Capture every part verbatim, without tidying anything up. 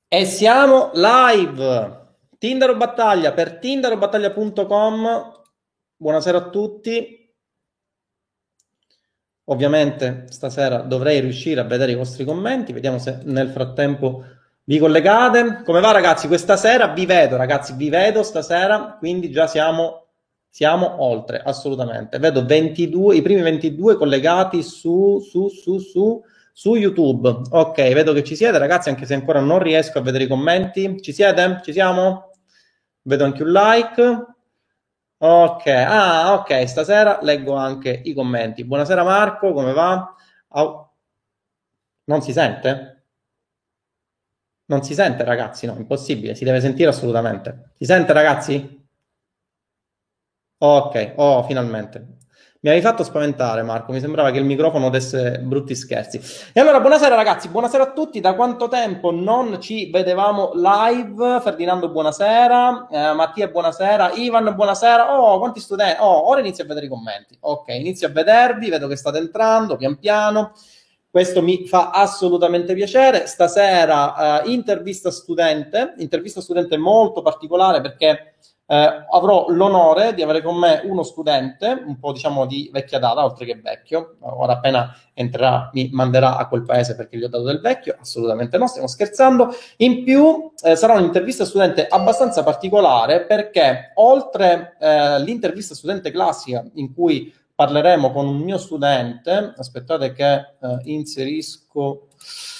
E siamo live. Tinder o Battaglia per tinder o battaglia punto com. Buonasera a tutti. Ovviamente stasera dovrei riuscire a vedere i vostri commenti. Vediamo se nel frattempo vi collegate. Come va, ragazzi? Questa sera vi vedo, ragazzi, vi vedo stasera, quindi già siamo, siamo oltre, assolutamente. Vedo ventidue, i primi ventidue collegati su, su, su, su, su YouTube. Ok, vedo che ci siete, ragazzi, anche se ancora non riesco a vedere i commenti. Ci siete? Ci siamo? Vedo anche un like. Ok, ah, ok, stasera leggo anche i commenti. Buonasera Marco, come va? Au- Non si sente? Non si sente, ragazzi? No, impossibile, si deve sentire assolutamente. Si sente, ragazzi? Ok, oh, finalmente. Mi avevi fatto spaventare, Marco. Mi sembrava che il microfono desse brutti scherzi. E allora, buonasera, ragazzi. Buonasera a tutti. Da quanto tempo non ci vedevamo live? Ferdinando, buonasera. Eh, Mattia, buonasera. Ivan, buonasera. Oh, quanti studenti. Oh, ora inizio a vedere i commenti. Ok, inizio a vedervi. Vedo che state entrando pian piano. Questo mi fa assolutamente piacere. Stasera, eh, intervista studente. Intervista studente molto particolare perché eh, avrò l'onore di avere con me uno studente, un po' diciamo di vecchia data, oltre che vecchio. Ora appena entrerà mi manderà a quel paese perché gli ho dato del vecchio, assolutamente no, stiamo scherzando. In più eh, sarà un'intervista studente abbastanza particolare perché oltre eh, l'intervista studente classica in cui parleremo con un mio studente, aspettate che eh, inserisco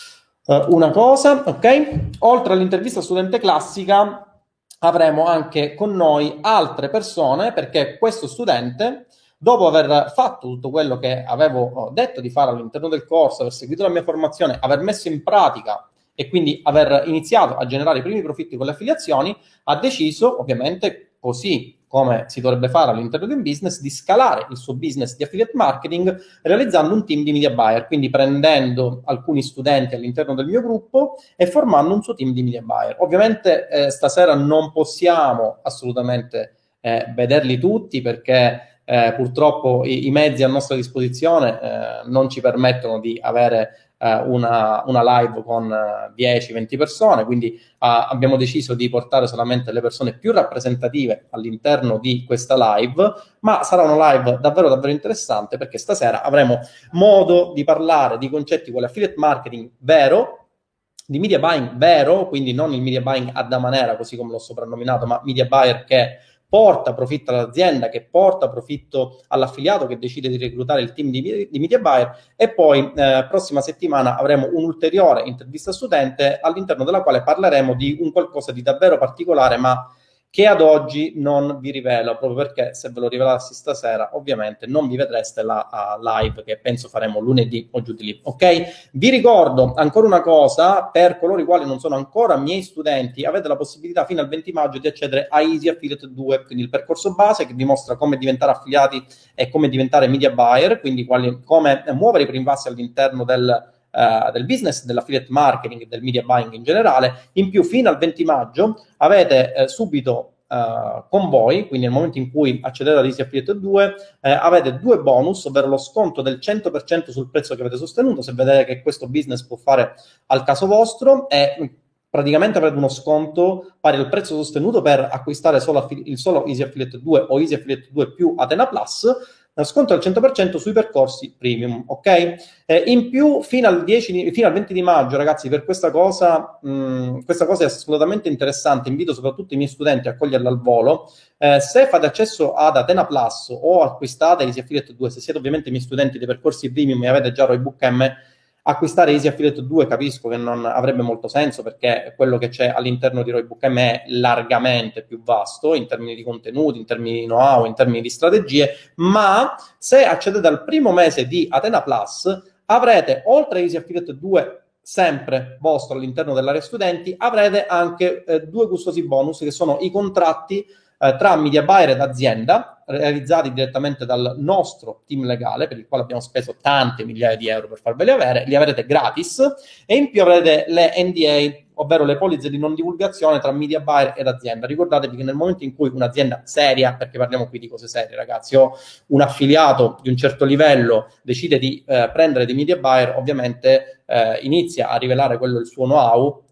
eh, una cosa, ok? Oltre all'intervista studente classica avremo anche con noi altre persone perché questo studente, dopo aver fatto tutto quello che avevo detto di fare all'interno del corso, aver seguito la mia formazione, aver messo in pratica e quindi aver iniziato a generare i primi profitti con le affiliazioni, ha deciso, ovviamente, così come si dovrebbe fare all'interno di un business, di scalare il suo business di affiliate marketing realizzando un team di media buyer, quindi prendendo alcuni studenti all'interno del mio gruppo e formando un suo team di media buyer. Ovviamente eh, stasera non possiamo assolutamente eh, vederli tutti perché eh, purtroppo i, i mezzi a nostra disposizione eh, non ci permettono di avere una, una live con dieci venti persone, quindi uh, abbiamo deciso di portare solamente le persone più rappresentative all'interno di questa live, ma sarà una live davvero davvero interessante perché stasera avremo modo di parlare di concetti come affiliate marketing vero, di media buying vero, quindi non il media buying a dama nera così come l'ho soprannominato, ma media buyer che porta profitto all'azienda, che porta profitto all'affiliato che decide di reclutare il team di, di media buyer. E poi eh, prossima settimana avremo un'ulteriore intervista studente all'interno della quale parleremo di un qualcosa di davvero particolare, ma che ad oggi non vi rivelo, proprio perché se ve lo rivelassi stasera ovviamente non vi vedreste la uh, live che penso faremo lunedì o giù di lì, ok? Vi ricordo ancora una cosa, per coloro i quali non sono ancora miei studenti, avete la possibilità fino al venti maggio di accedere a Easy Affiliate due, quindi il percorso base che vi mostra come diventare affiliati e come diventare media buyer, quindi quali, come muovere i primi passi all'interno del Uh, del business, dell'affiliate marketing e del media buying in generale. In più fino al venti maggio avete eh, subito uh, con voi, quindi nel momento in cui accedete ad Easy Affiliate due eh, avete due bonus, ovvero lo sconto del cento per cento sul prezzo che avete sostenuto se vedete che questo business può fare al caso vostro, e praticamente avrete uno sconto pari al prezzo sostenuto per acquistare solo affi- il solo Easy Affiliate due o Easy Affiliate due più Atena Plus, sconto al cento per cento sui percorsi premium, ok? Eh, in più, fino al, dieci, fino al venti di maggio, ragazzi, per questa cosa, mh, questa cosa è assolutamente interessante, invito soprattutto i miei studenti a coglierla al volo. Eh, se fate accesso ad Atena Plus o acquistate Easy Affiliate due, se siete ovviamente i miei studenti dei percorsi premium e avete già Roybook M, acquistare Easy Affiliate due capisco che non avrebbe molto senso perché quello che c'è all'interno di Roybook M è largamente più vasto in termini di contenuti, in termini di know-how, in termini di strategie, ma se accedete al primo mese di Atena Plus avrete, oltre a Easy Affiliate due sempre vostro all'interno dell'area studenti, avrete anche eh, due gustosi bonus che sono i contratti eh, tra media buyer ed azienda realizzati direttamente dal nostro team legale, per il quale abbiamo speso tante migliaia di euro per farveli avere, li avrete gratis, e in più avrete le N D A, ovvero le polizze di non divulgazione tra media buyer ed azienda. Ricordatevi che nel momento in cui un'azienda seria, perché parliamo qui di cose serie ragazzi, o un affiliato di un certo livello decide di eh, prendere dei media buyer, ovviamente eh, inizia a rivelare quello il suo know-how,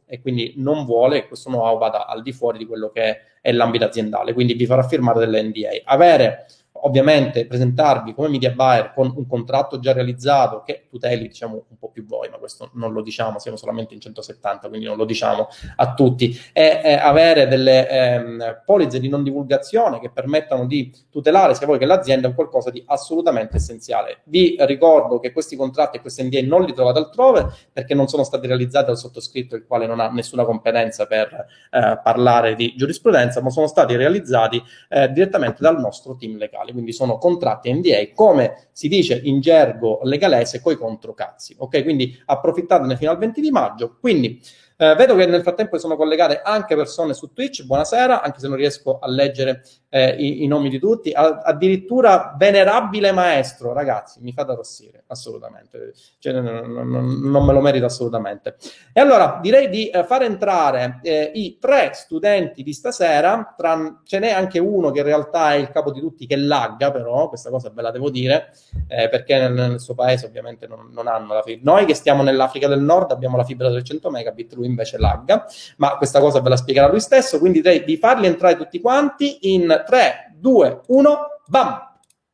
e quindi non vuole che questo know-how vada al di fuori di quello che è l'ambito aziendale, quindi vi farà firmare delle N D A. Avere ovviamente presentarvi come media buyer con un contratto già realizzato che tuteli, diciamo, un po' più voi, ma questo non lo diciamo, siamo solamente in centosettanta, quindi non lo diciamo a tutti, e eh, avere delle ehm, polizze di non divulgazione che permettano di tutelare sia voi che l'azienda è un qualcosa di assolutamente essenziale. Vi ricordo che questi contratti e queste N D A non li trovate altrove perché non sono stati realizzati dal sottoscritto, il quale non ha nessuna competenza per eh, parlare di giurisprudenza, ma sono stati realizzati eh, direttamente dal nostro team legale. Quindi sono contratti N D A, come si dice in gergo legalese, coi controcazzi, ok? Quindi approfittatene fino al venti di maggio. Quindi eh, vedo che nel frattempo sono collegate anche persone su Twitch, buonasera, anche se non riesco a leggere eh, i, i nomi di tutti, a, addirittura venerabile maestro, ragazzi, mi fate arrossire, assolutamente, cioè, non, non, non me lo merito assolutamente. E allora direi di eh, far entrare eh, i tre studenti di stasera, tra, ce n'è anche uno che in realtà è il capo di tutti che lagga, però questa cosa ve la devo dire, eh, perché nel, nel suo paese ovviamente non, non hanno la fibra. Noi che stiamo nell'Africa del Nord abbiamo la fibra da trecento megabit, lui invece lagga, ma questa cosa ve la spiegherà lui stesso, quindi direi di farli entrare tutti quanti in tre, due, uno, bam!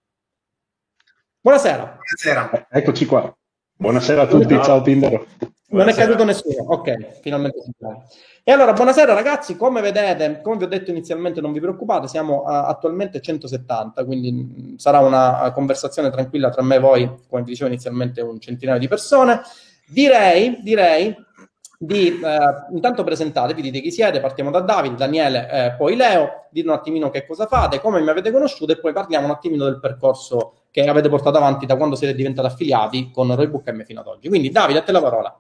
Buonasera. Buonasera. Eccoci qua. Buonasera a tutti, ciao, ciao Tinder. Non è caduto nessuno, ok, finalmente si può. E allora, buonasera ragazzi, come vedete, come vi ho detto inizialmente, non vi preoccupate, siamo uh, attualmente centosettanta, quindi mh, sarà una uh, conversazione tranquilla tra me e voi, come vi dicevo inizialmente, un centinaio di persone. Direi, direi di, uh, intanto presentatevi, dite chi siete, partiamo da Davide, Daniele, eh, poi Leo, dite un attimino che cosa fate, come mi avete conosciuto e poi parliamo un attimino del percorso che avete portato avanti da quando siete diventati affiliati con Roybook M fino ad oggi. Quindi Davide, a te la parola.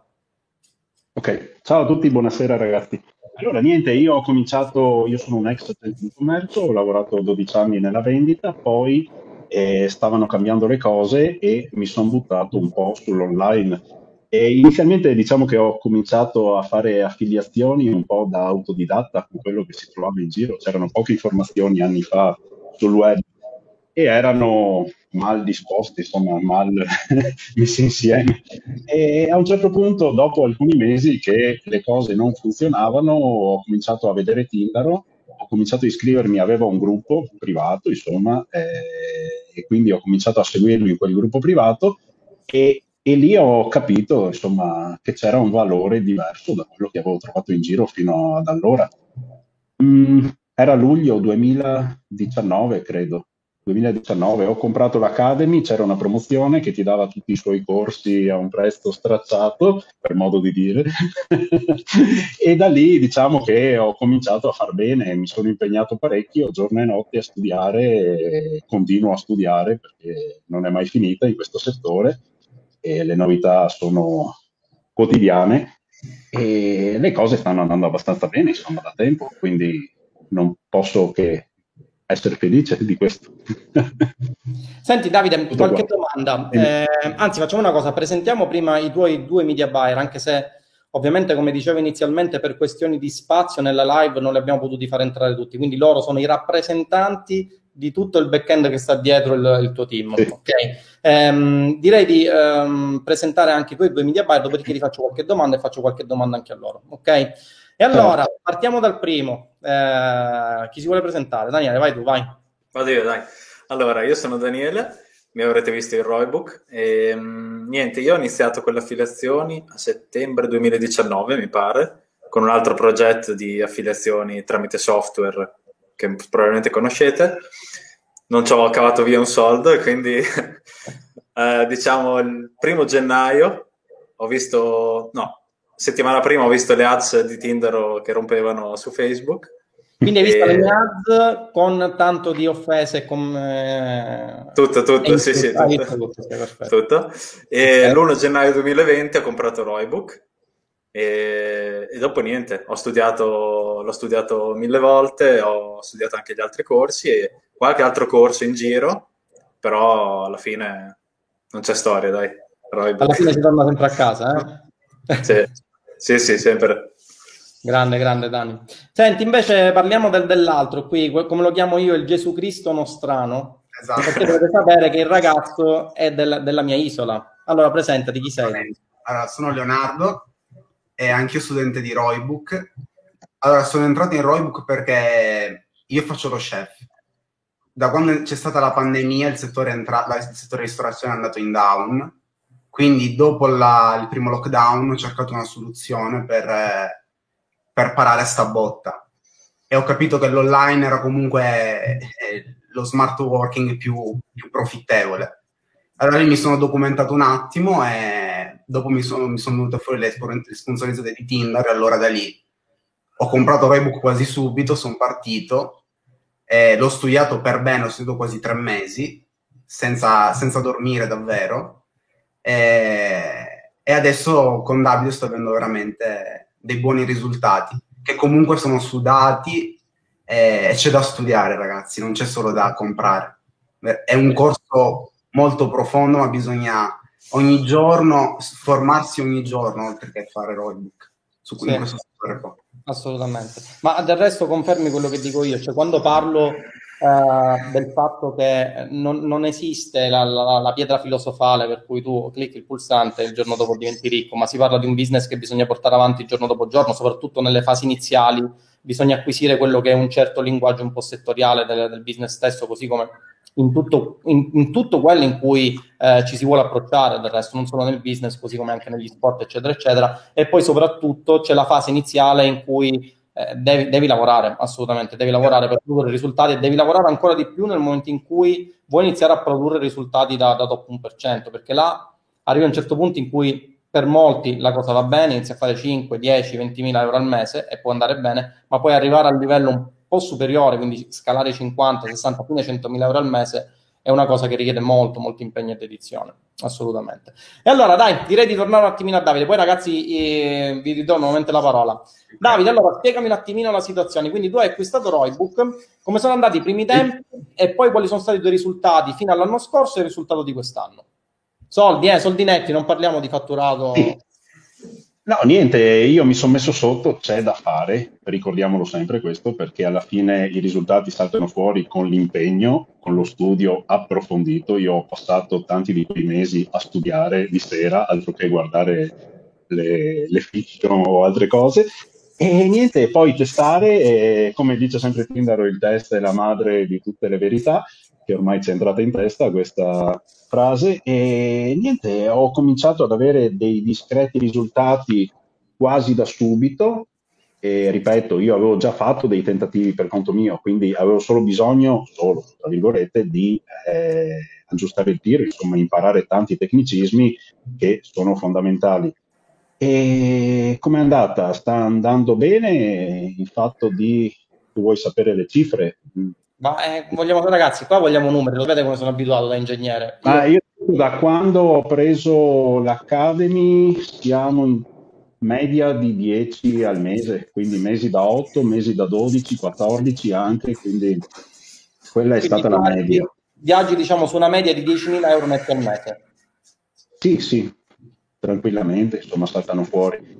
Ok, ciao a tutti, buonasera ragazzi. Allora niente, io ho cominciato, io sono un ex utente di commercio, ho lavorato dodici anni nella vendita, poi eh, stavano cambiando le cose e mi sono buttato un po' sull'online. E inizialmente diciamo che ho cominciato a fare affiliazioni un po' da autodidatta con quello che si trovava in giro, c'erano poche informazioni anni fa sul web e erano mal disposti, insomma, mal messi insieme. E a un certo punto, dopo alcuni mesi che le cose non funzionavano, ho cominciato a vedere Tindaro, ho cominciato a iscrivermi, avevo un gruppo privato, insomma, eh, e quindi ho cominciato a seguirmi in quel gruppo privato e, e lì ho capito, insomma, che c'era un valore diverso da quello che avevo trovato in giro fino ad allora. Mm, era luglio duemiladiciannove, credo. duemiladiciannove ho comprato l'Academy, c'era una promozione che ti dava tutti i suoi corsi a un prezzo stracciato, per modo di dire, e da lì diciamo che ho cominciato a far bene, mi sono impegnato parecchio, giorno e notte a studiare, e continuo a studiare perché non è mai finita in questo settore e le novità sono quotidiane e le cose stanno andando abbastanza bene, insomma, da tempo, quindi non posso che essere felice di questo. Senti Davide, Tutto qualche qua. domanda, eh, anzi facciamo una cosa, presentiamo prima i tuoi due media buyer, anche se ovviamente come dicevo inizialmente per questioni di spazio nella live non li abbiamo potuti far entrare tutti, quindi loro sono i rappresentanti di tutto il back-end che sta dietro il, il tuo team, sì. Ok? Ehm, direi di ehm, presentare anche i tuoi due media buyer, dopodiché ti faccio qualche domanda e faccio qualche domanda anche a loro, ok? E allora, partiamo dal primo. Eh, chi si vuole presentare? Daniele, vai tu, vai. Vado io, dai. Allora, io sono Daniele, mi avrete visto in Roybook. E, mh, niente, io ho iniziato con le affiliazioni a settembre duemiladiciannove, mi pare, con un altro progetto di affiliazioni tramite software che probabilmente conoscete. Non ci ho cavato via un soldo, quindi eh, diciamo il primo gennaio ho visto... no. settimana prima ho visto le ads di Tinder che rompevano su Facebook. Quindi hai visto e... le mie ads con tanto di offese con... Eh... Tutto, tutto, sì, sì, tutto. tutto. Sì, tutto. E okay. L'primo gennaio duemilaventi ho comprato Roybook e... e dopo niente, ho studiato, l'ho studiato mille volte, ho studiato anche gli altri corsi e qualche altro corso in giro, però alla fine non c'è storia, dai. Roybook. Alla fine si torna sempre a casa, eh? Sì. Sì, sì, sempre. Grande, grande Dani. Senti, invece parliamo del, dell'altro qui, come lo chiamo io, il Gesù Cristo nostrano. Esatto. Perché dovete sapere che il ragazzo è del, della mia isola. Allora, presentati, chi sei? Allora, sono Leonardo, e anch'io studente di Roybook. Allora, sono entrato in Roybook perché io faccio lo chef. Da quando c'è stata la pandemia il settore, entra- la- il settore ristorazione è andato in down, quindi dopo la- il primo lockdown ho cercato una soluzione per, eh, per parare a sta botta e ho capito che l'online era comunque eh, lo smart working più, più profittevole. Allora lì mi sono documentato un attimo e dopo mi sono, mi sono venute fuori le, spor- le sponsorizzate di Tinder, e allora da lì ho comprato Roybook quasi subito, sono partito, eh, l'ho studiato per bene, ho studiato quasi tre mesi, senza, senza dormire davvero, e, e adesso con Davide sto avendo veramente dei buoni risultati, che comunque sono sudati e, e c'è da studiare, ragazzi, non c'è solo da comprare. È un corso molto profondo, ma bisogna ogni giorno formarsi ogni giorno, oltre che fare Roybook su Sì. in questo settore qua. Assolutamente, ma del resto confermi quello che dico io, cioè quando parlo eh, del fatto che non, non esiste la, la, la pietra filosofale per cui tu clicchi il pulsante e il giorno dopo diventi ricco, ma si parla di un business che bisogna portare avanti giorno dopo giorno, soprattutto nelle fasi iniziali bisogna acquisire quello che è un certo linguaggio un po' settoriale del, del business stesso, così come in tutto, in, in tutto quello in cui eh, ci si vuole approcciare, del resto non solo nel business, così come anche negli sport, eccetera, eccetera. E poi soprattutto c'è la fase iniziale in cui eh, devi, devi lavorare, assolutamente, devi lavorare per produrre risultati e devi lavorare ancora di più nel momento in cui vuoi iniziare a produrre risultati da, da top uno per cento, perché là arriva un certo punto in cui per molti la cosa va bene, inizia a fare cinque, dieci, ventimila euro al mese e può andare bene, ma poi arrivare al livello un po' superiore, quindi scalare cinquanta, sessanta, fino a centomila euro al mese è una cosa che richiede molto, molto impegno e dedizione, assolutamente. E allora dai, direi di tornare un attimino a Davide, poi ragazzi eh, vi ritorno nuovamente la parola. Davide, allora spiegami un attimino la situazione, quindi tu hai acquistato Roybook, come sono andati i primi tempi e poi quali sono stati i tuoi risultati fino all'anno scorso e il risultato di quest'anno? Soldi, eh, soldi netti, non parliamo di fatturato. Sì. No, niente, io mi sono messo sotto, c'è da fare, ricordiamolo sempre questo, perché alla fine i risultati saltano fuori con l'impegno, con lo studio approfondito. Io ho passato tanti di quei mesi a studiare di sera, altro che guardare le, le fiction o altre cose. E niente, poi testare, e, come dice sempre Tindaro, il test è la madre di tutte le verità, che ormai ci è entrata in testa questa frase, e niente, ho cominciato ad avere dei discreti risultati quasi da subito. E ripeto, io avevo già fatto dei tentativi per conto mio, quindi avevo solo bisogno, solo tra virgolette, di eh, aggiustare il tiro, insomma, imparare tanti tecnicismi che sono fondamentali. E com'è andata? Sta andando bene il fatto di, tu vuoi sapere le cifre? Ma eh, vogliamo, ragazzi, qua vogliamo numeri, lo vedete come sono abituato da ingegnere. Io... Ah, io da quando ho preso l'Academy siamo in media di dieci al mese, quindi mesi da otto, mesi da dodici, quattordici anche, quindi quella è quindi stata la viaggi, media. viaggi diciamo su una media di diecimila euro netti al mese. Sì, sì, tranquillamente, insomma, saltano fuori.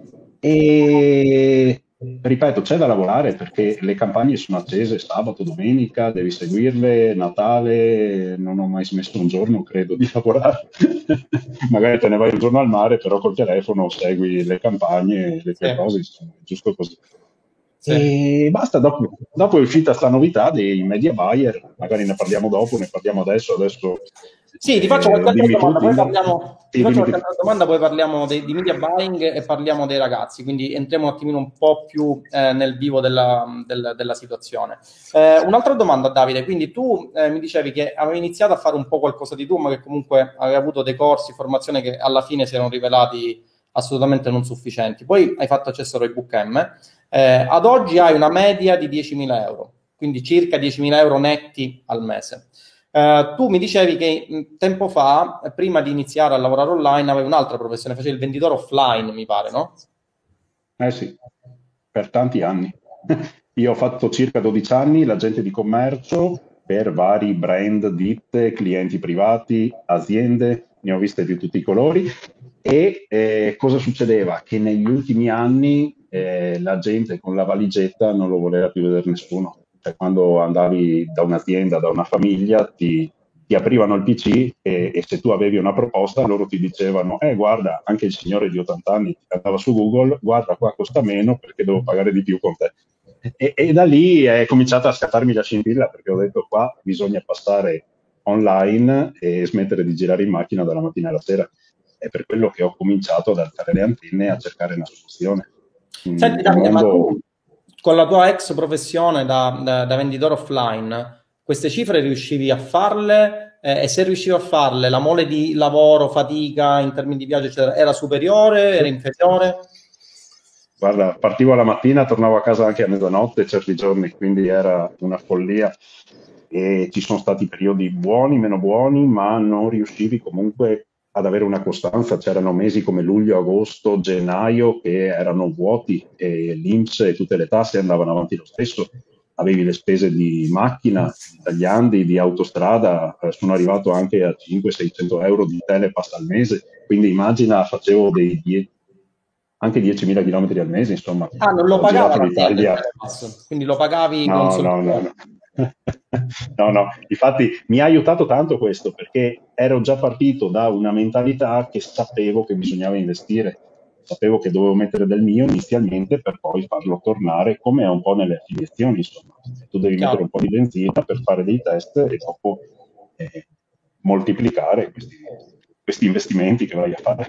E ripeto, c'è da lavorare perché le campagne sono accese sabato, domenica, devi seguirle, Natale, non ho mai smesso un giorno, credo, di lavorare. Magari te ne vai un giorno al mare, però col telefono segui le campagne, le tue Sì. cose, insomma, è giusto così. Sì. E basta, dopo, dopo è uscita sta novità dei media buyer, magari ne parliamo dopo, ne parliamo adesso, adesso Sì, ti faccio eh, qualche altra dimmi tu, domanda, poi Tinder. parliamo, ti Sì, faccio dimmi qualche tu. altra domanda, poi parliamo dei, di media buying e parliamo dei ragazzi, quindi entriamo un attimino un po' più eh, nel vivo della, del- della situazione. Eh, un'altra domanda, Davide, quindi tu eh, mi dicevi che avevi iniziato a fare un po' qualcosa di tu, ma che comunque avevi avuto dei corsi, formazione che alla fine si erano rivelati assolutamente non sufficienti. Poi hai fatto accesso al Roybook M, eh, ad oggi hai una media di diecimila euro, quindi circa diecimila euro netti al mese. Uh, tu mi dicevi che mh, tempo fa, prima di iniziare a lavorare online, avevi un'altra professione, facevi il venditore offline, mi pare, no? Eh sì, per tanti anni. Io ho fatto circa dodici anni l'agente di commercio per vari brand, ditte, clienti privati, aziende, ne ho viste di tutti i colori. E eh, cosa succedeva? Che negli ultimi anni eh, la gente con la valigetta non lo voleva più vedere nessuno. Cioè, quando andavi da un'azienda, da una famiglia, ti, ti ti aprivano il P C e, e se tu avevi una proposta loro ti dicevano eh guarda, anche il signore di ottanta anni ti andava su Google, guarda qua costa meno perché devo pagare di più con te. E, e da lì è cominciata a scattarmi la scintilla, perché ho detto qua bisogna passare online e smettere di girare in macchina dalla mattina alla sera. È per quello che ho cominciato ad alzare le antenne e a cercare una soluzione. Senti Davide, mondo... ma tu con la tua ex professione da, da, da venditore offline, queste cifre riuscivi a farle? Eh, e se riuscivi a farle, la mole di lavoro, fatica in termini di viaggio, eccetera, era superiore, era inferiore? Guarda, partivo la mattina, tornavo a casa anche a mezzanotte certi giorni, quindi era una follia. E ci sono stati periodi buoni, meno buoni, ma non riuscivi comunque ad avere una costanza. C'erano mesi come luglio, agosto, gennaio che erano vuoti e l'I N P S e tutte le tasse andavano avanti lo stesso. Avevi le spese di macchina, di tagliandi, di autostrada, eh, sono arrivato anche a cinquecento-seicento euro di telepass al mese, quindi immagina, facevo dei die- anche diecimila chilometri al mese, insomma. Ah, non lo pagavo l'Italia, quindi lo pagavi no, con no, no, no. No, no, infatti mi ha aiutato tanto questo, perché ero già partito da una mentalità che sapevo che bisognava investire, sapevo che dovevo mettere del mio inizialmente per poi farlo tornare, come è un po' nelle affiliazioni, insomma, tu devi Chiaro. mettere un po' di benzina per fare dei test e dopo eh, moltiplicare questi, questi investimenti che vai a fare.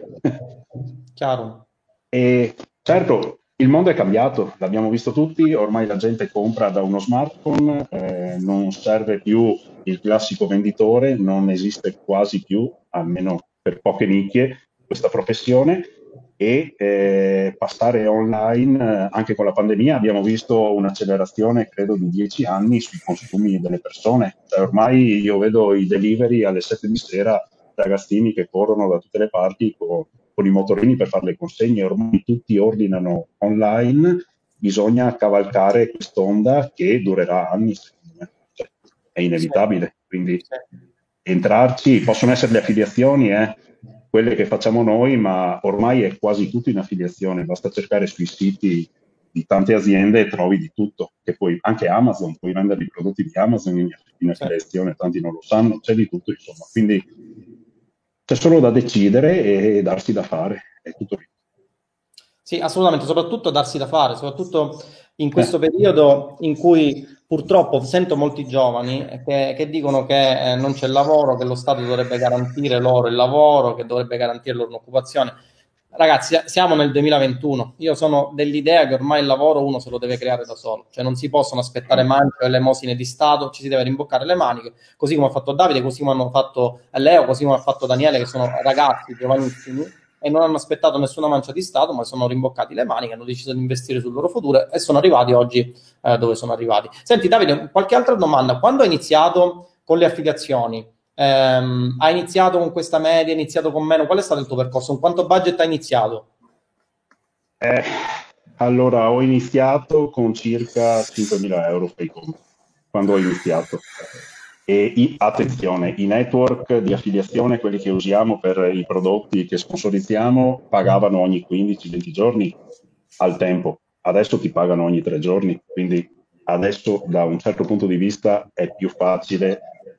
Chiaro. E certo, il mondo è cambiato, l'abbiamo visto tutti, ormai la gente compra da uno smartphone, eh, non serve più il classico venditore, non esiste quasi più, almeno per poche nicchie, questa professione, e eh, passare online, eh, anche con la pandemia abbiamo visto un'accelerazione credo di dieci anni sui consumi delle persone. Cioè, ormai io vedo i delivery alle sette di sera, ragazzini che corrono da tutte le parti con con i motorini per fare le consegne, ormai tutti ordinano online, bisogna cavalcare quest'onda che durerà anni, secondo me. Cioè, è inevitabile, quindi entrarci, possono essere le affiliazioni, eh, quelle che facciamo noi, ma ormai è quasi tutto in affiliazione, basta cercare sui siti di tante aziende e trovi di tutto, che poi anche Amazon, puoi vendere i prodotti di Amazon in, in affiliazione, tanti non lo sanno, c'è di tutto, insomma, quindi c'è solo da decidere e darsi da fare, è tutto lì. Sì, assolutamente, soprattutto darsi da fare, soprattutto in questo eh. periodo in cui purtroppo sento molti giovani che, che dicono che eh, non c'è lavoro, che lo Stato dovrebbe garantire loro il lavoro, che dovrebbe garantire loro un'occupazione. Ragazzi, siamo nel duemilaventuno, io sono dell'idea che ormai il lavoro uno se lo deve creare da solo, cioè non si possono aspettare mance e elemosine di Stato, ci si deve rimboccare le maniche, così come ha fatto Davide, così come hanno fatto Leo, così come ha fatto Daniele, che sono ragazzi giovanissimi e non hanno aspettato nessuna mancia di Stato, ma sono rimboccati le maniche, hanno deciso di investire sul loro futuro e sono arrivati oggi eh, dove sono arrivati. Senti Davide, qualche altra domanda, quando hai iniziato con le affiliazioni? Um, hai iniziato con questa media, hai iniziato con meno, qual è stato il tuo percorso? Con quanto budget hai iniziato? Eh, allora ho iniziato con circa cinquemila euro quando ho iniziato e i, attenzione, i network di affiliazione, quelli che usiamo per i prodotti che sponsorizziamo, pagavano ogni quindici venti giorni al tempo, adesso ti pagano ogni tre giorni, quindi adesso da un certo punto di vista è più facile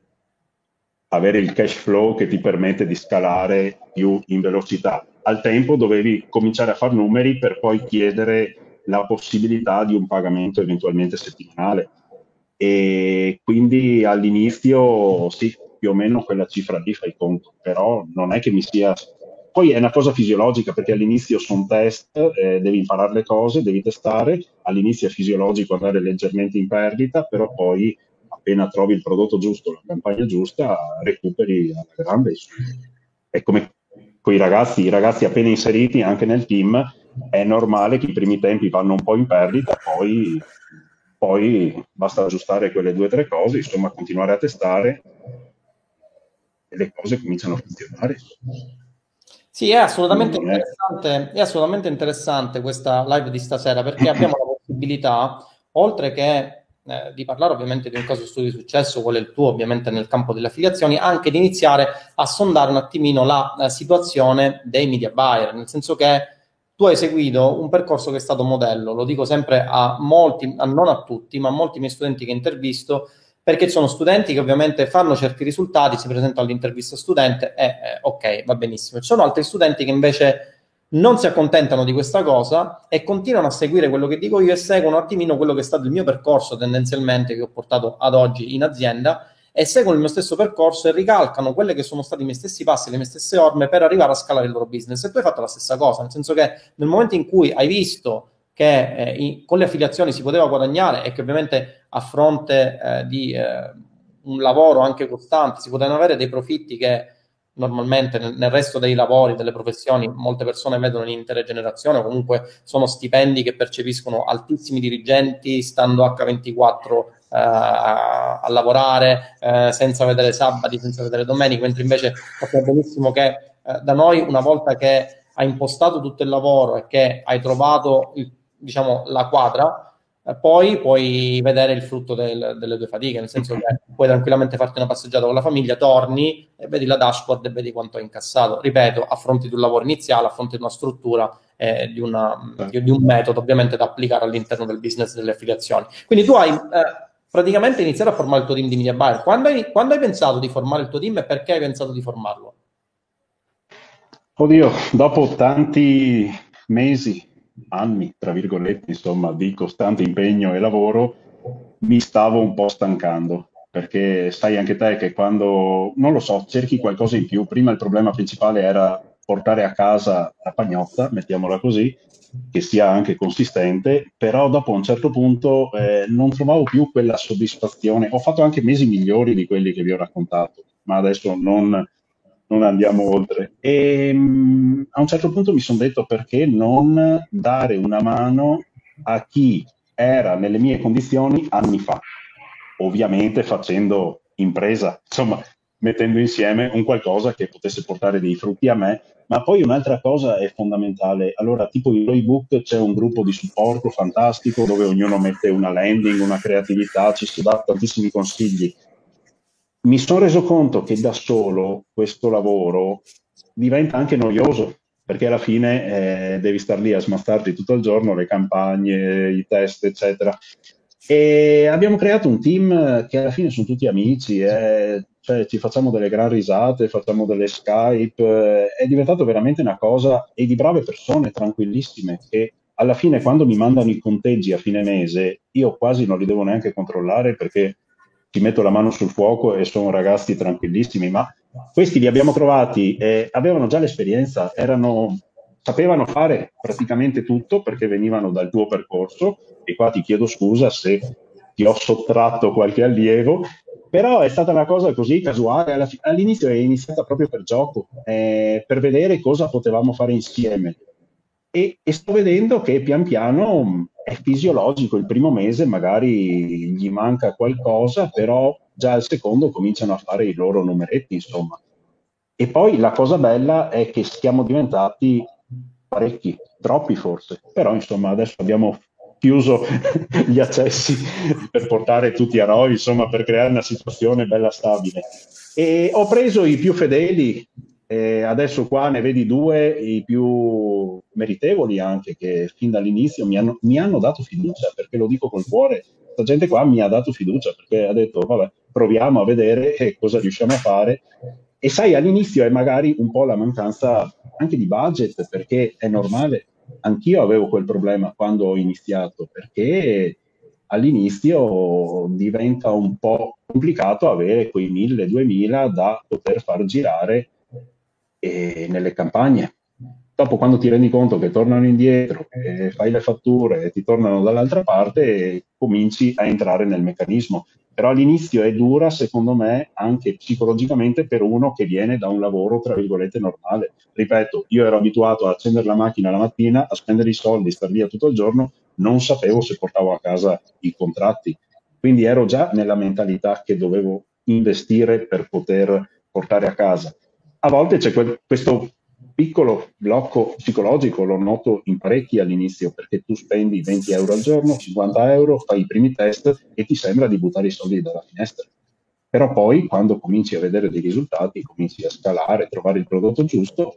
avere il cash flow che ti permette di scalare più in velocità. Al tempo dovevi cominciare a fare numeri per poi chiedere la possibilità di un pagamento eventualmente settimanale. E quindi all'inizio sì, più o meno quella cifra lì fai conto, però non è che mi sia... Poi è una cosa fisiologica, perché all'inizio sono test, eh, devi imparare le cose, devi testare, all'inizio è fisiologico andare leggermente in perdita, però poi appena trovi il prodotto giusto, la campagna giusta, recuperi alla grande. È come con i ragazzi, i ragazzi appena inseriti anche nel team, è normale che i primi tempi vanno un po' in perdita, poi, poi basta aggiustare quelle due o tre cose, insomma continuare a testare e le cose cominciano a funzionare. Sì, è assolutamente interessante, è assolutamente interessante questa live di stasera, perché abbiamo la possibilità, oltre che Eh, di parlare ovviamente di un caso studio di successo, qual è il tuo ovviamente nel campo delle affiliazioni, anche di iniziare a sondare un attimino la, la situazione dei media buyer, nel senso che tu hai seguito un percorso che è stato modello, lo dico sempre a molti, a, non a tutti, ma a molti miei studenti che intervisto, perché ci sono studenti che ovviamente fanno certi risultati, si presentano all'intervista studente e eh, ok, va benissimo. Ci sono altri studenti che invece non si accontentano di questa cosa e continuano a seguire quello che dico io e seguono un attimino quello che è stato il mio percorso tendenzialmente che ho portato ad oggi in azienda, e seguono il mio stesso percorso e ricalcano quelle che sono stati i miei stessi passi, le mie stesse orme per arrivare a scalare il loro business. E tu hai fatto la stessa cosa, nel senso che nel momento in cui hai visto che eh, in, con le affiliazioni si poteva guadagnare e che ovviamente a fronte eh, di eh, un lavoro anche costante si potevano avere dei profitti che normalmente nel, nel resto dei lavori, delle professioni, molte persone vedono in intere generazioni, o comunque sono stipendi che percepiscono altissimi dirigenti stando acca ventiquattro eh, a, a lavorare eh, senza vedere sabati, senza vedere domeniche, mentre invece sappiamo benissimo che eh, da noi, una volta che hai impostato tutto il lavoro e che hai trovato il, diciamo, la quadra, eh, poi puoi vedere il frutto del, delle tue fatiche, nel senso che puoi tranquillamente farti una passeggiata con la famiglia, torni e vedi la dashboard e vedi quanto hai incassato. Ripeto, a fronte di un lavoro iniziale, a fronte di una struttura e di, una, di, di un metodo ovviamente da applicare all'interno del business delle affiliazioni. Quindi tu hai eh, praticamente iniziato a formare il tuo team di media buyer. Quando hai, quando hai pensato di formare il tuo team e perché hai pensato di formarlo? Oddio, dopo tanti mesi, anni, tra virgolette, insomma, di costante impegno e lavoro, mi stavo un po' stancando, perché sai anche te che quando, non lo so, cerchi qualcosa in più. Prima il problema principale era portare a casa la pagnotta, mettiamola così, che sia anche consistente, però dopo a un certo punto eh, non trovavo più quella soddisfazione. Ho fatto anche mesi migliori di quelli che vi ho raccontato, ma adesso non non andiamo oltre. E mh, a un certo punto mi sono detto perché non dare una mano a chi era nelle mie condizioni anni fa, ovviamente facendo impresa, insomma, mettendo insieme un qualcosa che potesse portare dei frutti a me. Ma poi un'altra cosa è fondamentale. Allora, tipo in Playbook c'è un gruppo di supporto fantastico dove ognuno mette una landing, una creatività, ci si dà tantissimi consigli. Mi sono reso conto che da solo questo lavoro diventa anche noioso, perché alla fine eh, devi star lì a smastarti tutto il giorno, le campagne, i test, eccetera. E abbiamo creato un team che alla fine sono tutti amici, eh, cioè ci facciamo delle gran risate, facciamo delle Skype, eh, è diventato veramente una cosa, e di brave persone, tranquillissime, che alla fine quando mi mandano i conteggi a fine mese, io quasi non li devo neanche controllare perché ci metto la mano sul fuoco e sono ragazzi tranquillissimi, ma questi li abbiamo trovati e avevano già l'esperienza, erano, sapevano fare praticamente tutto perché venivano dal tuo percorso, e qua ti chiedo scusa se ti ho sottratto qualche allievo, però è stata una cosa così casuale. Alla fi- all'inizio è iniziata proprio per gioco, eh, per vedere cosa potevamo fare insieme. E, e sto vedendo che pian piano mh, è fisiologico, il primo mese magari gli manca qualcosa, però già al secondo cominciano a fare i loro numeretti, insomma. E poi la cosa bella è che siamo diventati parecchi, troppi forse, però insomma adesso abbiamo chiuso gli accessi per portare tutti a noi, insomma, per creare una situazione bella stabile. E ho preso i più fedeli, eh, adesso qua ne vedi due, i più meritevoli anche, che fin dall'inizio mi hanno, mi hanno dato fiducia, perché lo dico col cuore, questa gente qua mi ha dato fiducia, perché ha detto, vabbè, proviamo a vedere eh, cosa riusciamo a fare. E sai, all'inizio è magari un po' la mancanza anche di budget, perché è normale, anch'io avevo quel problema quando ho iniziato, perché all'inizio diventa un po' complicato avere quei mille, duemila da poter far girare eh, nelle campagne. Dopo, quando ti rendi conto che tornano indietro, che fai le fatture e ti tornano dall'altra parte, cominci a entrare nel meccanismo. Però all'inizio è dura, secondo me, anche psicologicamente per uno che viene da un lavoro, tra virgolette, normale. Ripeto, io ero abituato a accendere la macchina la mattina, a spendere i soldi, star via tutto il giorno, non sapevo se portavo a casa i contratti. Quindi ero già nella mentalità che dovevo investire per poter portare a casa. A volte c'è quel- questo piccolo blocco psicologico, lo noto in parecchi all'inizio, perché tu spendi venti euro al giorno, cinquanta euro, fai i primi test e ti sembra di buttare i soldi dalla finestra. Però poi, quando cominci a vedere dei risultati, cominci a scalare, trovare il prodotto giusto,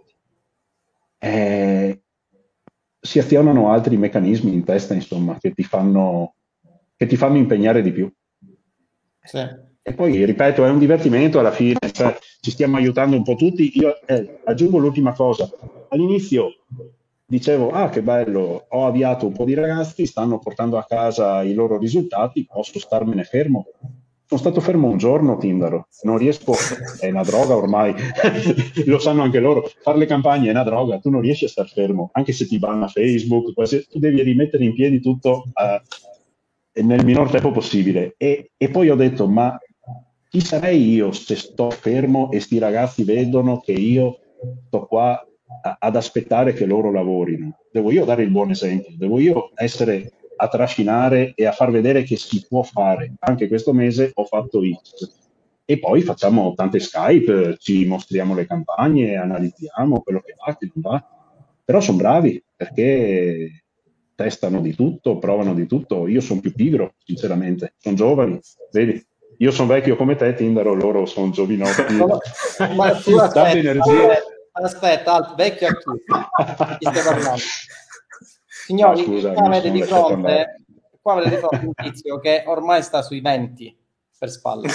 eh, si azionano altri meccanismi in testa, insomma, che ti fanno, che ti fanno impegnare di più. Sì. E poi, ripeto, è un divertimento alla fine, cioè, ci stiamo aiutando un po' tutti. Io eh, aggiungo l'ultima cosa. All'inizio dicevo, ah, che bello, ho avviato un po' di ragazzi, stanno portando a casa i loro risultati, posso starmene fermo. Sono stato fermo un giorno, Tindaro, non riesco, è una droga ormai, lo sanno anche loro, fare le campagne è una droga, tu non riesci a star fermo, anche se ti banna Facebook, tu devi rimettere in piedi tutto uh, nel minor tempo possibile. E, e poi ho detto, ma chi sarei io se sto fermo e sti ragazzi vedono che io sto qua a, ad aspettare che loro lavorino? Devo io dare il buon esempio, devo io essere a trascinare e a far vedere che si può fare. Anche questo mese ho fatto X. E poi facciamo tante Skype, ci mostriamo le campagne, analizziamo quello che va, che non va. Però sono bravi perché testano di tutto, provano di tutto. Io sono più pigro, sinceramente. Sono giovani, vedi? Io sono vecchio come te, Tindaro, loro sono giovinotti. Ma tu aspetta, aspetta, aspetta, alt, vecchio a chi? Chi stai parlando? Signori, no, scusa, qua avete di fronte, qua avete di fronte un tizio che ormai sta sui venti per spalle.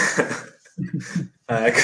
Ecco.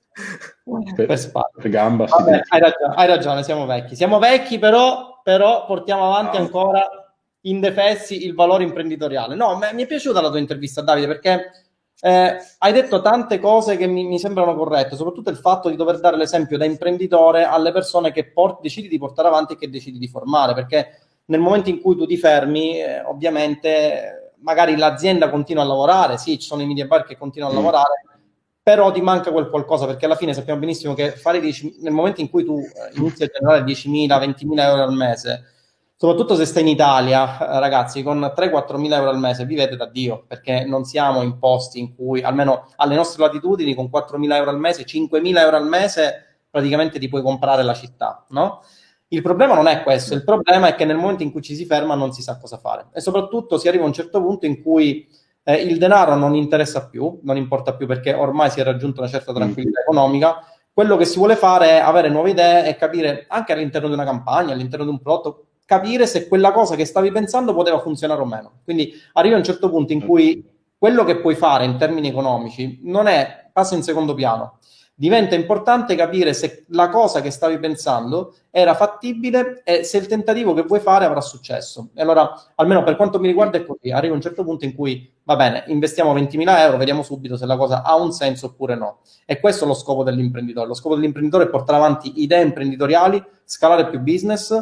Per, per spalle. Per gamba, vabbè, hai ragione, hai ragione, siamo vecchi. Siamo vecchi, però, però portiamo avanti ancora indefessi il valore imprenditoriale. No, mi è piaciuta la tua intervista, Davide, perché eh, hai detto tante cose che mi, mi sembrano corrette, soprattutto il fatto di dover dare l'esempio da imprenditore alle persone che port- decidi di portare avanti e che decidi di formare, perché nel momento in cui tu ti fermi, eh, ovviamente magari l'azienda continua a lavorare, sì, ci sono i media buyer che continuano a mm. lavorare, però ti manca quel qualcosa, perché alla fine sappiamo benissimo che fare dieci, nel momento in cui tu eh, inizi a generare diecimila, ventimila euro al mese, soprattutto se stai in Italia, eh, ragazzi, con tre quattro mila euro al mese vivete da Dio, perché non siamo in posti in cui, almeno alle nostre latitudini, con quattromila euro al mese, cinquemila euro al mese, praticamente ti puoi comprare la città, no? Il problema non è questo, il problema è che nel momento in cui ci si ferma non si sa cosa fare, e soprattutto si arriva a un certo punto in cui eh, il denaro non interessa più, non importa più, perché ormai si è raggiunta una certa tranquillità economica. Quello che si vuole fare è avere nuove idee e capire, anche all'interno di una campagna, all'interno di un prodotto, capire se quella cosa che stavi pensando poteva funzionare o meno. Quindi arriva a un certo punto in cui quello che puoi fare in termini economici non è, passa in secondo piano. Diventa importante capire se la cosa che stavi pensando era fattibile e se il tentativo che vuoi fare avrà successo. E allora, almeno per quanto mi riguarda, è così. Arriva un certo punto in cui, va bene, investiamo ventimila euro, vediamo subito se la cosa ha un senso oppure no. E questo è lo scopo dell'imprenditore. Lo scopo dell'imprenditore è portare avanti idee imprenditoriali, scalare più business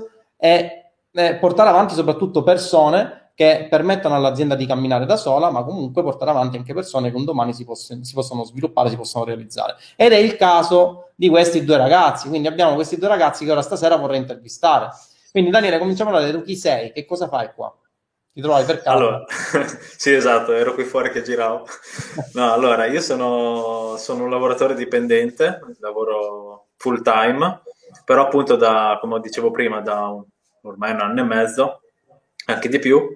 e eh, portare avanti soprattutto persone che permettano all'azienda di camminare da sola, ma comunque portare avanti anche persone che un domani si, poss- si possono sviluppare, si possono realizzare. Ed è il caso di questi due ragazzi. Quindi abbiamo questi due ragazzi che ora stasera vorrei intervistare. Quindi Daniele, cominciamo a parlare. Tu chi sei? Che cosa fai qua? Ti trovi per caso? Allora, sì, esatto, ero qui fuori che giravo. No, allora, io sono, sono un lavoratore dipendente, lavoro full time, però appunto da, come dicevo prima, da un, ormai un anno e mezzo, anche di più,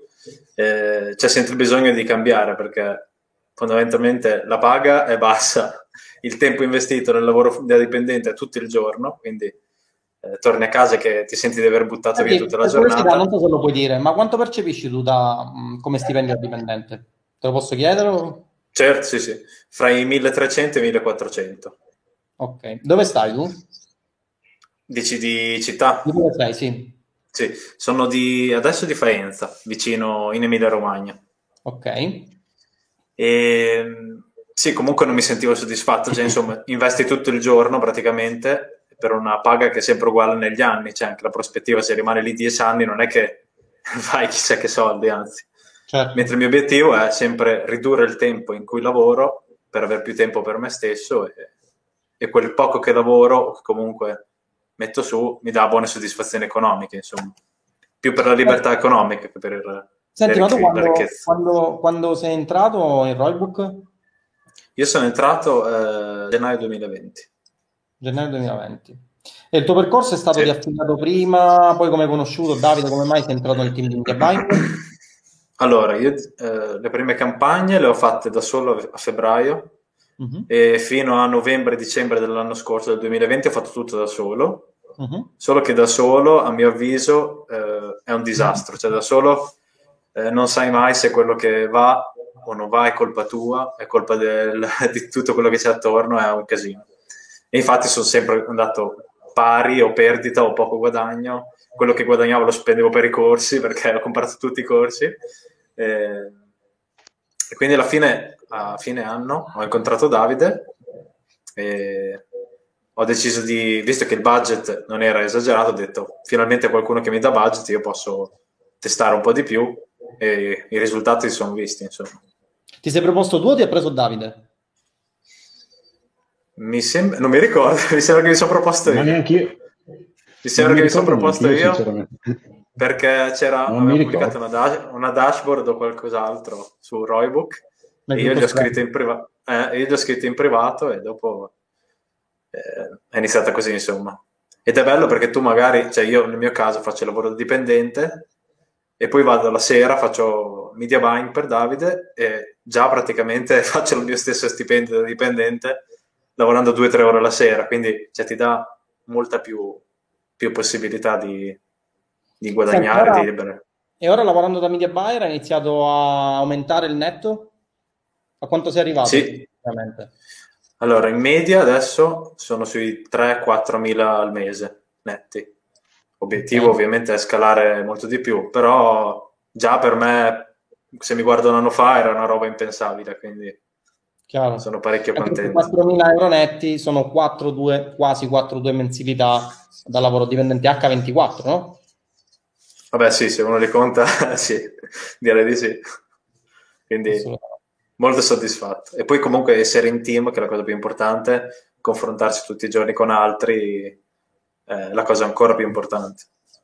eh, c'è sempre bisogno di cambiare, perché fondamentalmente la paga è bassa, il tempo investito nel lavoro da dipendente è tutto il giorno, quindi eh, torni a casa che ti senti di aver buttato via tutta la giornata. Non so se lo puoi dire, ma quanto percepisci tu da, mh, come stipendio dipendente? Te lo posso chiedere? Certo, sì, sì, fra i milletrecento e i millequattrocento. Ok, dove stai tu? Dici di città? Di dove sei, sì. Sì, sono di adesso di Faenza, vicino in Emilia Romagna. Ok. E sì, comunque non mi sentivo soddisfatto, cioè insomma investi tutto il giorno praticamente per una paga che è sempre uguale negli anni, cioè anche la prospettiva se rimane lì dieci anni non è che fai chissà che soldi, anzi. Certo. Mentre il mio obiettivo è sempre ridurre il tempo in cui lavoro per avere più tempo per me stesso e, e quel poco che lavoro, che comunque metto su, mi dà buone soddisfazioni economiche, insomma, più per la libertà economica che per il, Senti, la, ma tu quando, la ricchezza. Quando, quando sei entrato in Roybook? Io sono entrato eh, gennaio duemilaventi. Gennaio duemilaventi. E il tuo percorso è stato sì. di affiliato prima, poi come hai conosciuto Davide, come mai sei entrato nel team di Media Buyer? Allora, io eh, le prime campagne le ho fatte da solo a febbraio, uh-huh. e fino a novembre-dicembre dell'anno scorso, del duemilaventi, ho fatto tutto da solo. Uh-huh. Solo che da solo, a mio avviso, eh, è un disastro. Cioè da solo eh, non sai mai se quello che va o non va è colpa tua, è colpa del, di tutto quello che c'è attorno, è un casino. E infatti sono sempre andato pari o perdita o poco guadagno. Quello che guadagnavo lo spendevo per i corsi, perché ho comprato tutti i corsi. E, e quindi alla fine, a fine anno, ho incontrato Davide e ho deciso di, visto che il budget non era esagerato, ho detto finalmente qualcuno che mi dà budget, io posso testare un po' di più, e i risultati si sono visti, insomma. Ti sei proposto tu o ti ha preso Davide? Mi sembra, non mi ricordo, mi sembra che mi sono proposto Ma io. neanche io. Mi sembra Non che mi mi sono ricordo proposto neanche io, io, sinceramente. perché c'era, Non mi avevo pubblicato ricordo. una, dash, una dashboard o qualcos'altro su Roybook, Nel e io gruppo gli ho Slack. scritto in privato, eh, io gli ho scritto in privato e dopo eh, è iniziata così, insomma. Ed è bello perché tu magari, cioè io nel mio caso faccio il lavoro da dipendente e poi vado la sera, faccio media buying per Davide e già praticamente faccio il mio stesso stipendio da dipendente lavorando due o tre ore la sera, quindi cioè, ti dà molta più, più possibilità di, di guadagnare, Senti, ora- di libero. E ora lavorando da media buyer hai iniziato a aumentare il netto? A quanto sei arrivato? Sì. Veramente? Allora, in media adesso sono sui tre quattro mila al mese netti. Obiettivo Ok. ovviamente è scalare molto di più, però già per me, se mi guardo un anno fa, era una roba impensabile, quindi Chiaro. sono parecchio Anche perché contento. quattromila euro netti sono quattro virgola due, quasi quattro virgola due mensilità da lavoro dipendente acca ventiquattro, no? Vabbè sì, se uno li conta, sì, direi di sì. Quindi Assolutamente. molto soddisfatto. E poi comunque essere in team, che è la cosa più importante, confrontarsi tutti i giorni con altri è la cosa ancora più importante.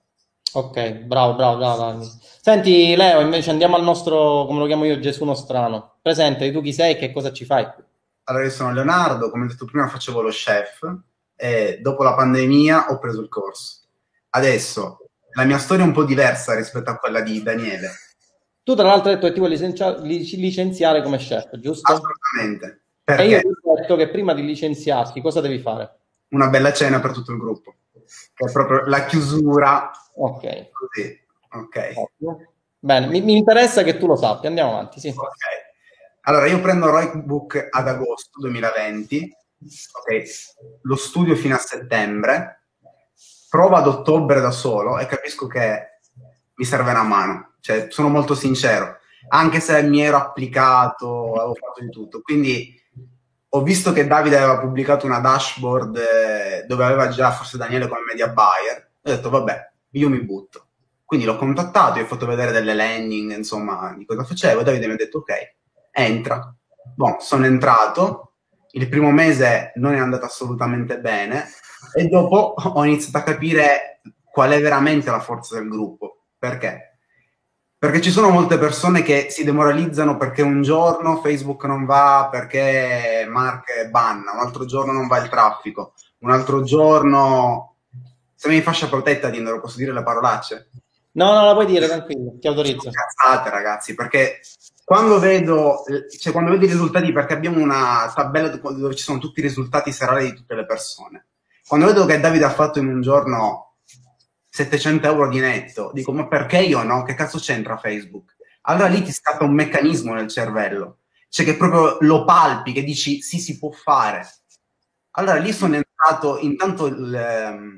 Ok, bravo, bravo, bravo. Dani. Senti, Leo, invece andiamo al nostro, come lo chiamo io, Gesù Nostrano. Presente, tu chi sei e che cosa ci fai? Allora, io sono Leonardo, come detto prima facevo lo chef e dopo la pandemia ho preso il corso. Adesso la mia storia è un po' diversa rispetto a quella di Daniele. Tu tra l'altro hai detto che ti vuoi licenziare, licenziare come chef, giusto? Assolutamente. E io Perché? ti ho detto che prima di licenziarti cosa devi fare? Una bella cena per tutto il gruppo, che è proprio la chiusura. Ok. Così. Ok. Ottimo. Bene, mi, mi interessa che tu lo sappia, andiamo avanti, sì. Ok. Allora, io prendo Roybook ad agosto duemilaventi, ok, lo studio fino a settembre, provo ad ottobre da solo e capisco che mi serve una mano, cioè sono molto sincero, anche se mi ero applicato, avevo fatto di tutto, quindi ho visto che Davide aveva pubblicato una dashboard eh, dove aveva già forse Daniele come media buyer, ho detto vabbè, io mi butto, quindi l'ho contattato, gli ho fatto vedere delle landing, insomma, di cosa facevo, e Davide mi ha detto ok, entra. Bon, sono entrato, il primo mese non è andato assolutamente bene e dopo ho iniziato a capire qual è veramente la forza del gruppo. Perché? Perché ci sono molte persone che si demoralizzano perché un giorno Facebook non va, perché Mark banna, un altro giorno non va il traffico, un altro giorno... Se mi fascia protetta, Tinder, posso dire le parolacce? No, no, la puoi dire, tranquillo, ti autorizzo. Cazzate, ragazzi, perché quando vedo, cioè quando vedo i risultati, perché abbiamo una tabella dove ci sono tutti i risultati serali di tutte le persone, quando vedo che Davide ha fatto in un giorno settecento euro di netto, dico ma perché io no? Che cazzo c'entra Facebook? Allora lì ti scatta un meccanismo nel cervello, cioè che proprio lo palpi, che dici sì, si può fare. Allora lì sono entrato, intanto il,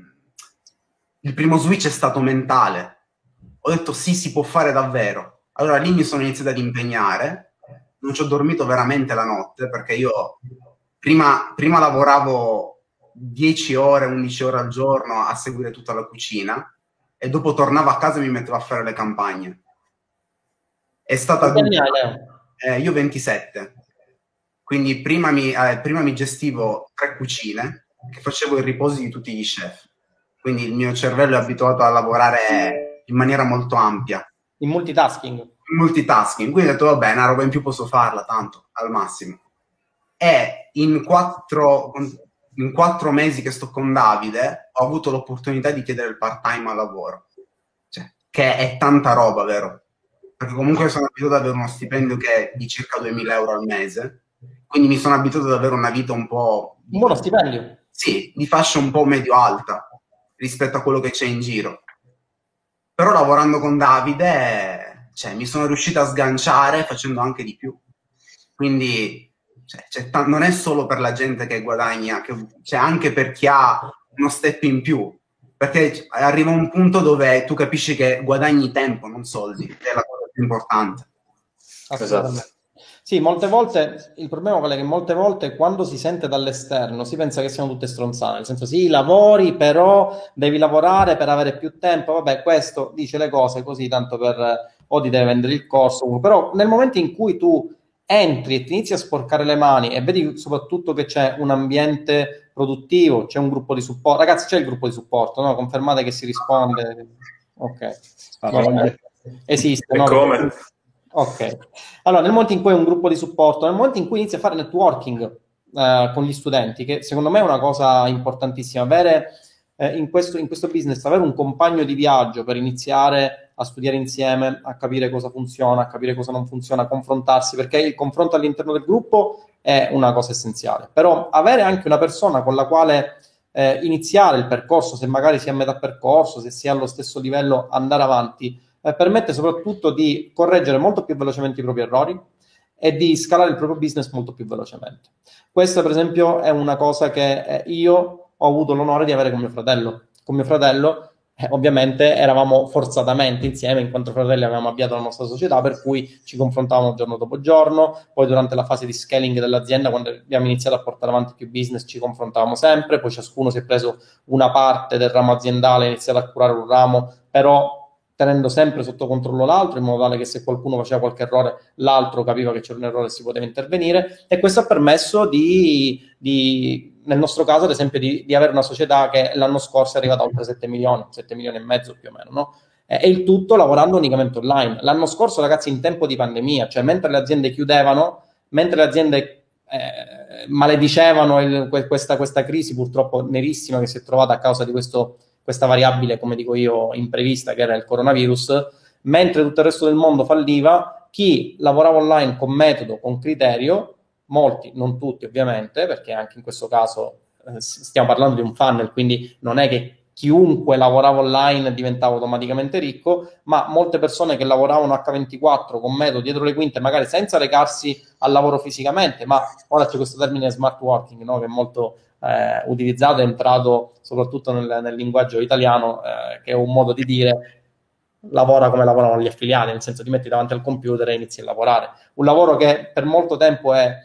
il primo switch è stato mentale, ho detto sì, si può fare davvero. Allora lì mi sono iniziato ad impegnare, non ci ho dormito veramente la notte, perché io prima, prima lavoravo dieci ore, undici ore al giorno a seguire tutta la cucina e dopo tornavo a casa e mi mettevo a fare le campagne. È stata Quanti anni hai, Leo? eh, io ventisette, quindi prima mi, eh, prima mi gestivo tre cucine che facevo i riposi di tutti gli chef, quindi il mio cervello è abituato a lavorare in maniera molto ampia. In multitasking? In multitasking, quindi ho detto vabbè, una roba in più posso farla, tanto, al massimo. E in quattro, in quattro mesi che sto con Davide ho avuto l'opportunità di chiedere il part-time al lavoro, cioè, che è tanta roba, vero? Perché comunque sono abituato ad avere uno stipendio che è di circa duemila euro al mese, quindi mi sono abituato ad avere una vita un po'... Un buono stipendio? Sì, di fascia un po' medio-alta rispetto a quello che c'è in giro. Però lavorando con Davide, cioè, mi sono riuscito a sganciare facendo anche di più. Quindi cioè, c'è t- non è solo per la gente che guadagna, che, cioè anche per chi ha uno step in più, perché arriva un punto dove tu capisci che guadagni tempo, non soldi, che è la cosa più importante. Assolutamente. Esatto. Sì, molte volte il problema qual è che molte volte quando si sente dall'esterno si pensa che siano tutte stronzate, nel senso sì, lavori, però devi lavorare per avere più tempo, vabbè, questo dice le cose così tanto per o ti deve vendere il corso, però nel momento in cui tu entri e ti inizi a sporcare le mani e vedi soprattutto che c'è un ambiente produttivo, c'è un gruppo di supporto, ragazzi c'è il gruppo di supporto, no? Confermate che si risponde, ok, no, esiste, e no? come? Ok, allora nel momento in cui hai un gruppo di supporto, nel momento in cui inizi a fare networking eh, con gli studenti, che secondo me è una cosa importantissima, avere eh, in, questo, in questo business, avere un compagno di viaggio per iniziare a studiare insieme, a capire cosa funziona, a capire cosa non funziona, a confrontarsi, perché il confronto all'interno del gruppo è una cosa essenziale, però avere anche una persona con la quale eh, iniziare il percorso, se magari si è a metà percorso, se si è allo stesso livello, andare avanti, Eh, permette soprattutto di correggere molto più velocemente i propri errori e di scalare il proprio business molto più velocemente. Questa, per esempio, è una cosa che eh, io ho avuto l'onore di avere con mio fratello. Con mio fratello, eh, ovviamente, eravamo forzatamente insieme, in quanto fratelli avevamo avviato la nostra società, per cui ci confrontavamo giorno dopo giorno. Poi durante la fase di scaling dell'azienda, quando abbiamo iniziato a portare avanti più business, ci confrontavamo sempre. Poi ciascuno si è preso una parte del ramo aziendale, ha iniziato a curare un ramo, però tenendo sempre sotto controllo l'altro, in modo tale che se qualcuno faceva qualche errore, l'altro capiva che c'era un errore e si poteva intervenire, e questo ha permesso di, di nel nostro caso, ad esempio, di, di avere una società che l'anno scorso è arrivata a oltre sette milioni, sette milioni e mezzo più o meno, no? E, e il tutto lavorando unicamente online. L'anno scorso, ragazzi, in tempo di pandemia, cioè mentre le aziende chiudevano, mentre le aziende eh, maledicevano il, questa, questa crisi purtroppo nerissima che si è trovata a causa di questo questa variabile, come dico io, imprevista, che era il coronavirus, mentre tutto il resto del mondo falliva, chi lavorava online con metodo, con criterio, molti, non tutti ovviamente, perché anche in questo caso eh, stiamo parlando di un funnel, quindi non è che chiunque lavorava online diventava automaticamente ricco, ma molte persone che lavoravano acca ventiquattro con metodo dietro le quinte, magari senza recarsi al lavoro fisicamente, ma ora c'è questo termine smart working, no? Che è molto Eh, utilizzato, è entrato soprattutto nel, nel linguaggio italiano, eh, che è un modo di dire lavora come lavorano gli affiliati, nel senso ti metti davanti al computer e inizi a lavorare. Un lavoro che per molto tempo è,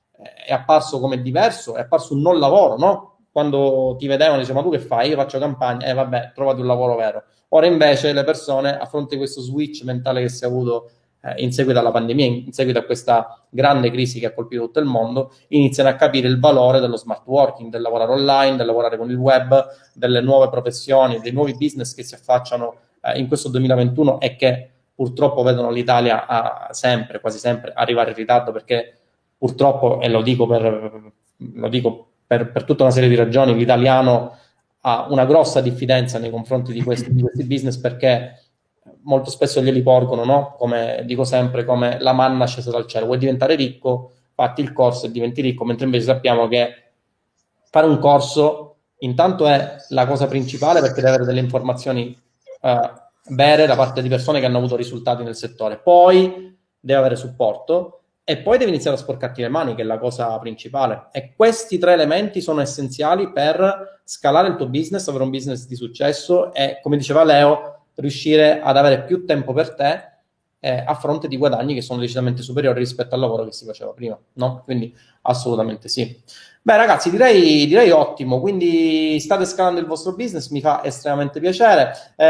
è apparso come diverso, è apparso un non lavoro, no? Quando ti vedevano dicevano ma tu che fai? Io faccio campagna, e eh, vabbè, trovati un lavoro vero. Ora invece le persone, a fronte di questo switch mentale che si è avuto eh, in seguito alla pandemia, in seguito a questa grande crisi che ha colpito tutto il mondo, iniziano a capire il valore dello smart working, del lavorare online, del lavorare con il web, delle nuove professioni, dei nuovi business che si affacciano eh, in questo duemilaventuno e che purtroppo vedono l'Italia a sempre, quasi sempre, arrivare in ritardo, perché purtroppo, e lo dico per, lo dico per, per tutta una serie di ragioni, l'italiano ha una grossa diffidenza nei confronti di questi, di questi business, perché molto spesso glieli porgono, no? Come dico sempre, come la manna scesa dal cielo. Vuoi diventare ricco? Fatti il corso e diventi ricco, mentre invece sappiamo che fare un corso intanto è la cosa principale, perché deve avere delle informazioni eh, vere da parte di persone che hanno avuto risultati nel settore. Poi deve avere supporto e poi devi iniziare a sporcarti le mani, che è la cosa principale. E questi tre elementi sono essenziali per scalare il tuo business, avere un business di successo e, come diceva Leo, riuscire ad avere più tempo per te eh, a fronte di guadagni che sono decisamente superiori rispetto al lavoro che si faceva prima, no? Quindi assolutamente sì. Beh ragazzi, direi, direi ottimo, quindi state scalando il vostro business, mi fa estremamente piacere. Eh,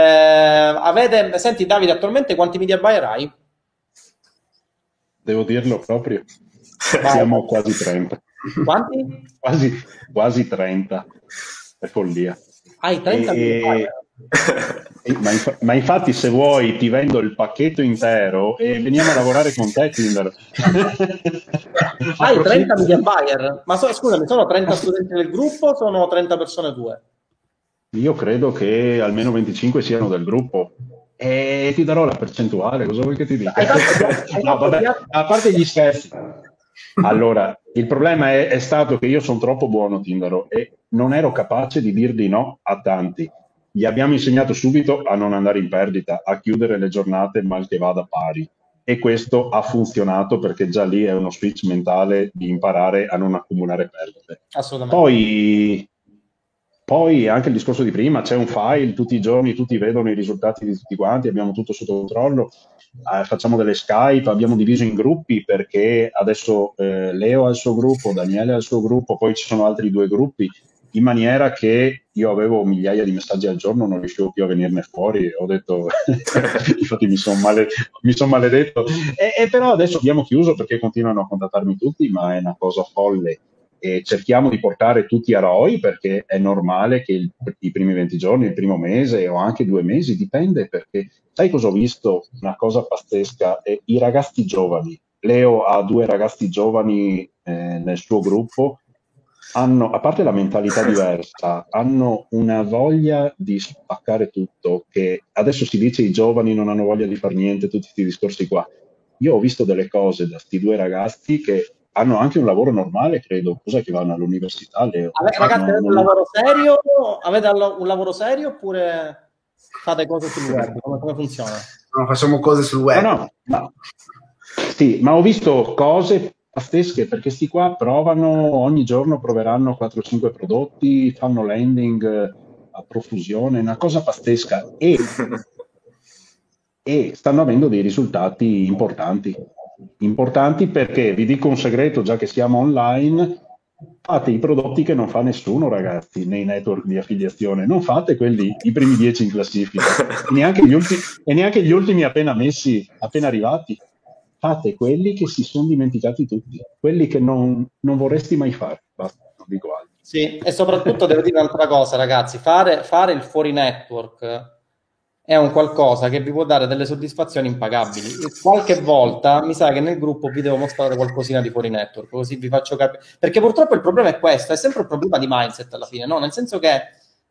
avete, senti Davide, attualmente quanti media buyer hai? Devo dirlo proprio, vai, siamo vai. Quasi trenta. Quanti? Quasi, quasi trenta, è follia. Hai trenta e... media buyer? Ma, inf- ma infatti se vuoi ti vendo il pacchetto intero e veniamo a lavorare con te, Tinder. Hai trenta media buyer? Ma so, scusami, sono trenta studenti del gruppo o sono trenta persone tue? Io credo che almeno venticinque siano del gruppo e ti darò la percentuale, cosa vuoi che ti dica? No, vabbè, a parte gli scherzi. Allora, il problema è, è stato che io sono troppo buono, Tinder, e non ero capace di dir di no a tanti. Gli abbiamo insegnato subito a non andare in perdita, a chiudere le giornate mal che vada pari. e questo ha funzionato perché già lì è uno switch mentale di imparare a non accumulare perdite. Assolutamente. Poi, poi anche il discorso di prima, c'è un file, tutti i giorni tutti vedono i risultati di tutti quanti, abbiamo tutto sotto controllo, eh, facciamo delle Skype, abbiamo diviso in gruppi perché adesso eh, Leo ha il suo gruppo, Daniele ha il suo gruppo, poi ci sono altri due gruppi, in maniera che io avevo migliaia di messaggi al giorno, non riuscivo più a venirne fuori, ho detto, infatti mi sono male, mi son maledetto, e, e però adesso abbiamo chiuso perché continuano a contattarmi tutti, ma è una cosa folle, e cerchiamo di portare tutti a R O I perché è normale che il, i primi venti giorni, il primo mese o anche due mesi, dipende, perché sai cosa ho visto? Una cosa pazzesca, eh, i ragazzi giovani, Leo ha due ragazzi giovani eh, nel suo gruppo, hanno, a parte la mentalità diversa, hanno una voglia di spaccare tutto, che adesso si dice i giovani non hanno voglia di fare niente, tutti questi discorsi qua. Io ho visto delle cose da questi due ragazzi che hanno anche un lavoro normale, credo. Cos'è che vanno all'università, Leo? Vabbè, ragazzi, avete un lavoro serio? Avete un lavoro serio oppure fate cose sul web? Come, come funziona? No, facciamo cose sul web. No, no, no. Sì, ma ho visto cose pazzesche, perché sti qua provano, ogni giorno proveranno quattro cinque prodotti, fanno landing a profusione, una cosa pazzesca, e, e stanno avendo dei risultati importanti, importanti perché, vi dico un segreto, già che siamo online, fate i prodotti che non fa nessuno, ragazzi, nei network di affiliazione, non fate quelli, i primi dieci in classifica, e neanche gli ultimi, e neanche gli ultimi appena messi, appena arrivati. Fate quelli che si sono dimenticati tutti, quelli che non, non vorresti mai fare. Basta, non dico altro. Sì, e soprattutto devo dire un'altra cosa, ragazzi, fare, fare il fuori network è un qualcosa che vi può dare delle soddisfazioni impagabili. Qualche volta mi sa che nel gruppo vi devo mostrare qualcosina di fuori network, così vi faccio capire. Perché purtroppo il problema è questo, è sempre un problema di mindset alla fine, no? Nel senso che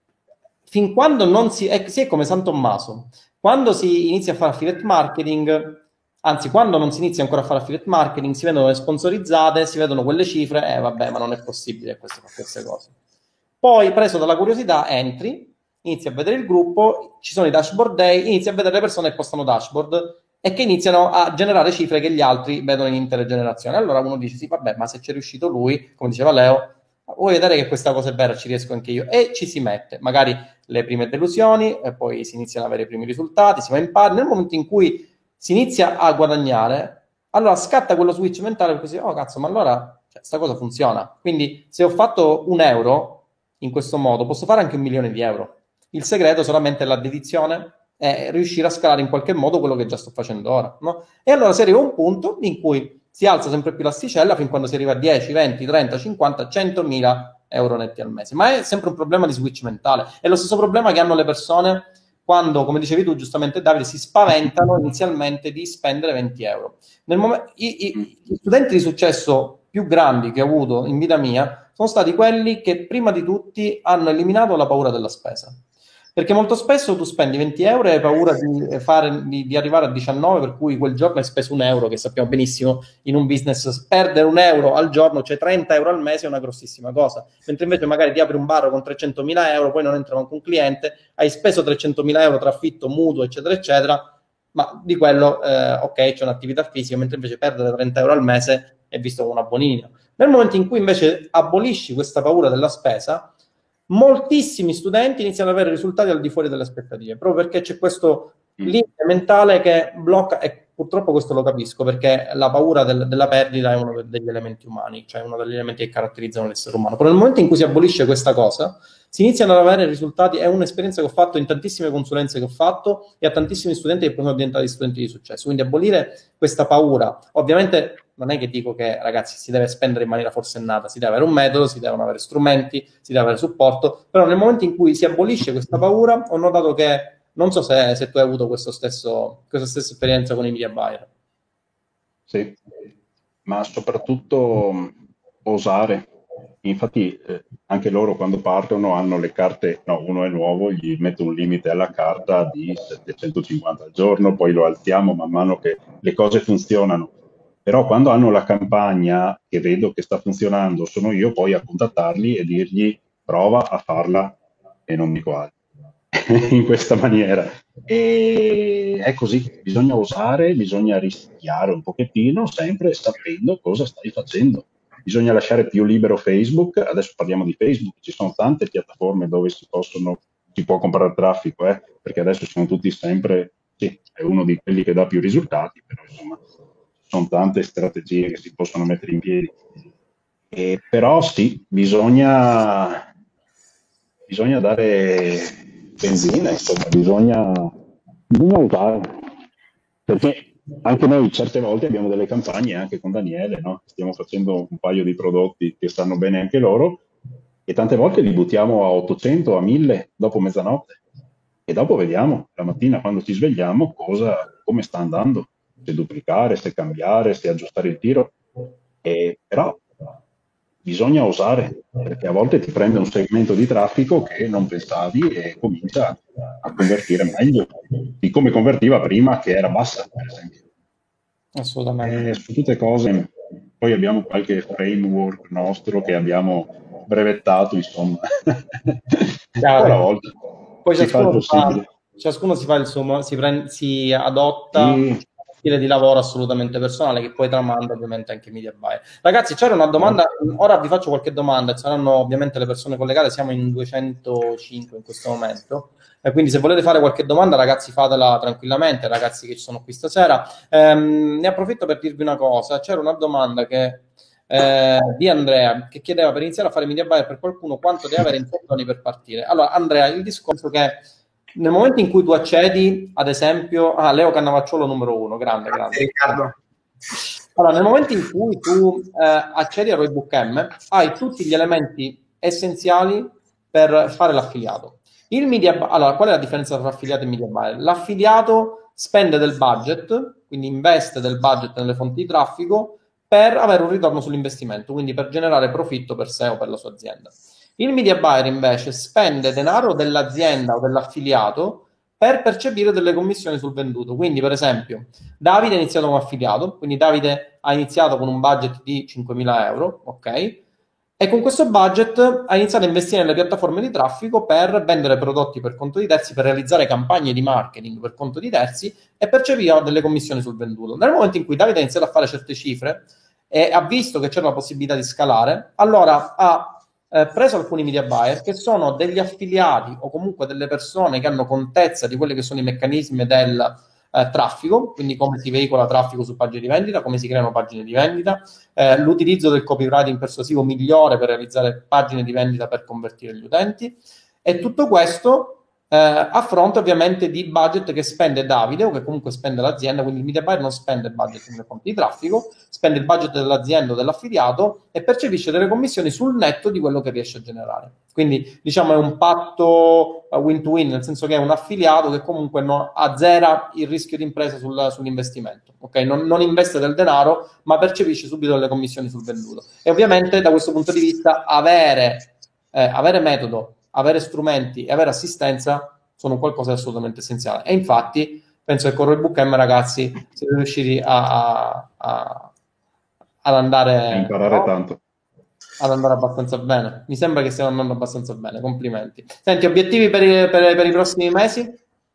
fin quando non si... È, sì, è come San Tommaso. Quando si inizia a fare affiliate marketing... Anzi, quando non si inizia ancora a fare affiliate marketing, si vedono le sponsorizzate, si vedono quelle cifre, e eh, vabbè, ma non è possibile questo, queste cose. Poi, preso dalla curiosità, entri, inizi a vedere il gruppo, ci sono i dashboard day, inizi a vedere le persone che postano dashboard e che iniziano a generare cifre che gli altri vedono in intere generazioni. Allora uno dice, sì, vabbè, ma se c'è riuscito lui, come diceva Leo, vuoi vedere che questa cosa è vera, ci riesco anche io. E ci si mette, magari le prime delusioni, e poi si iniziano ad avere i primi risultati, si va in pari. Nel momento in cui si inizia a guadagnare, allora scatta quello switch mentale per così, oh cazzo, ma allora cioè, sta cosa funziona. Quindi se ho fatto un euro in questo modo, posso fare anche un milione di euro. Il segreto solamente è la dedizione e riuscire a scalare in qualche modo quello che già sto facendo ora, no? E allora si arriva a un punto in cui si alza sempre più l'asticella fin quando si arriva a dieci, venti, trenta, cinquanta, centomila euro netti al mese. Ma è sempre un problema di switch mentale. È lo stesso problema che hanno le persone quando, come dicevi tu giustamente Davide, si spaventano inizialmente di spendere venti euro. Nel momento, i, i, gli studenti di successo più grandi che ho avuto in vita mia sono stati quelli che prima di tutti hanno eliminato la paura della spesa. Perché molto spesso tu spendi venti euro e hai paura di, fare, di, di arrivare a diciannove, per cui quel giorno hai speso un euro, che sappiamo benissimo in un business perdere un euro al giorno, cioè trenta euro al mese, è una grossissima cosa. Mentre invece magari ti apri un bar con trecentomila euro, poi non entra manco un cliente, hai speso trecentomila euro tra affitto, mutuo, eccetera, eccetera, ma di quello, eh, ok, c'è un'attività fisica, mentre invece perdere trenta euro al mese è visto come un abominio. Nel momento in cui invece abolisci questa paura della spesa, moltissimi studenti iniziano ad avere risultati al di fuori delle aspettative, proprio perché c'è questo limite mentale che blocca, e purtroppo questo lo capisco, perché la paura del, della perdita è uno degli elementi umani, cioè uno degli elementi che caratterizzano l'essere umano. Però nel momento in cui si abolisce questa cosa, si iniziano ad avere risultati. È un'esperienza che ho fatto in tantissime consulenze che ho fatto e a tantissimi studenti che poi sono diventati studenti di successo. Quindi abolire questa paura, ovviamente non è che dico che, ragazzi, si deve spendere in maniera forsennata, si deve avere un metodo, si devono avere strumenti, si deve avere supporto, però nel momento in cui si abolisce questa paura, ho notato che, non so se, se tu hai avuto questo stesso, questa stessa esperienza con i media buyer. Sì, ma soprattutto mh, osare. Infatti eh, anche loro quando partono hanno le carte, no, uno è nuovo, gli metto un limite alla carta di settecentocinquanta al giorno, poi lo alziamo man mano che le cose funzionano. Però quando hanno la campagna che vedo che sta funzionando, sono io poi a contattarli e dirgli prova a farla e non dico altro. in questa maniera. E è così, bisogna osare, bisogna rischiare un pochettino, sempre sapendo cosa stai facendo. Bisogna lasciare più libero Facebook. Adesso parliamo di Facebook, ci sono tante piattaforme dove si possono, si può comprare traffico, eh, perché adesso siamo tutti sempre, sì, è uno di quelli che dà più risultati, però insomma, ci sono tante strategie che si possono mettere in piedi. E però sì, bisogna, bisogna dare benzina, insomma, bisogna, bisogna usare. Perché anche noi certe volte abbiamo delle campagne, anche con Daniele, no? Stiamo facendo un paio di prodotti che stanno bene anche loro, e tante volte li buttiamo a ottocento, a mille dopo mezzanotte. E dopo vediamo, la mattina quando ci svegliamo, cosa, come sta andando, se duplicare, se cambiare, se aggiustare il tiro. E, però bisogna osare, perché a volte ti prende un segmento di traffico che non pensavi e comincia a convertire meglio di come convertiva prima, che era bassa, per esempio. Assolutamente. E su tutte cose, poi abbiamo qualche framework nostro che abbiamo brevettato, insomma, alla volta. Poi si fa il ciascuno, fa, possibile. ciascuno si fa il suo, si, prende, si adotta Sì. un stile di lavoro assolutamente personale che poi tramanda ovviamente anche media buyer. Ragazzi, c'era una domanda, ora vi faccio qualche domanda, saranno ovviamente le persone collegate, siamo in duecentocinque in questo momento, e quindi se volete fare qualche domanda ragazzi fatela tranquillamente, ragazzi che ci sono qui stasera. Ehm, ne approfitto per dirvi una cosa, c'era una domanda che Eh, di Andrea che chiedeva per iniziare a fare media buyer per qualcuno quanto deve avere in soldoni per partire. Allora Andrea, il discorso che nel momento in cui tu accedi ad esempio a ah, Leo Cannavacciolo numero uno, grande, grande Riccardo. Allora nel momento in cui tu eh, accedi a Roybook M hai tutti gli elementi essenziali per fare l'affiliato. Il media, allora qual è la differenza tra affiliato e media buyer? L'affiliato spende del budget, quindi investe del budget nelle fonti di traffico per avere un ritorno sull'investimento, quindi per generare profitto per sé o per la sua azienda. Il media buyer invece spende denaro dell'azienda o dell'affiliato per percepire delle commissioni sul venduto. Quindi, per esempio, Davide ha iniziato come affiliato, quindi Davide ha iniziato con un budget di cinquemila euro, ok? E con questo budget ha iniziato a investire nelle piattaforme di traffico per vendere prodotti per conto di terzi, per realizzare campagne di marketing per conto di terzi e percepire delle commissioni sul venduto. Nel momento in cui Davide ha iniziato a fare certe cifre e ha visto che c'era la possibilità di scalare, allora ha eh, preso alcuni media buyer che sono degli affiliati o comunque delle persone che hanno contezza di quelli che sono i meccanismi del Eh, traffico, quindi come si veicola traffico su pagine di vendita, come si creano pagine di vendita, eh, l'utilizzo del copywriting persuasivo migliore per realizzare pagine di vendita per convertire gli utenti, e tutto questo eh, a fronte ovviamente di budget che spende Davide o che comunque spende l'azienda, quindi il media buyer non spende il budget nelle fonti di traffico, spende il budget dell'azienda o dell'affiliato e percepisce delle commissioni sul netto di quello che riesce a generare. Quindi diciamo è un patto win-to-win, nel senso che è un affiliato che comunque no, azzera il rischio di impresa sul, sull'investimento, ok? Non, non investe del denaro, ma percepisce subito delle commissioni sul venduto. E ovviamente da questo punto di vista avere, eh, avere metodo, avere strumenti e avere assistenza sono qualcosa di assolutamente essenziale. E infatti penso che con Roybook M, ragazzi, siete riusciti a, a, a, ad andare a imparare no? tanto. ad andare abbastanza bene. Mi sembra che stiamo andando abbastanza bene, complimenti. Senti, obiettivi per i, per, per i prossimi mesi?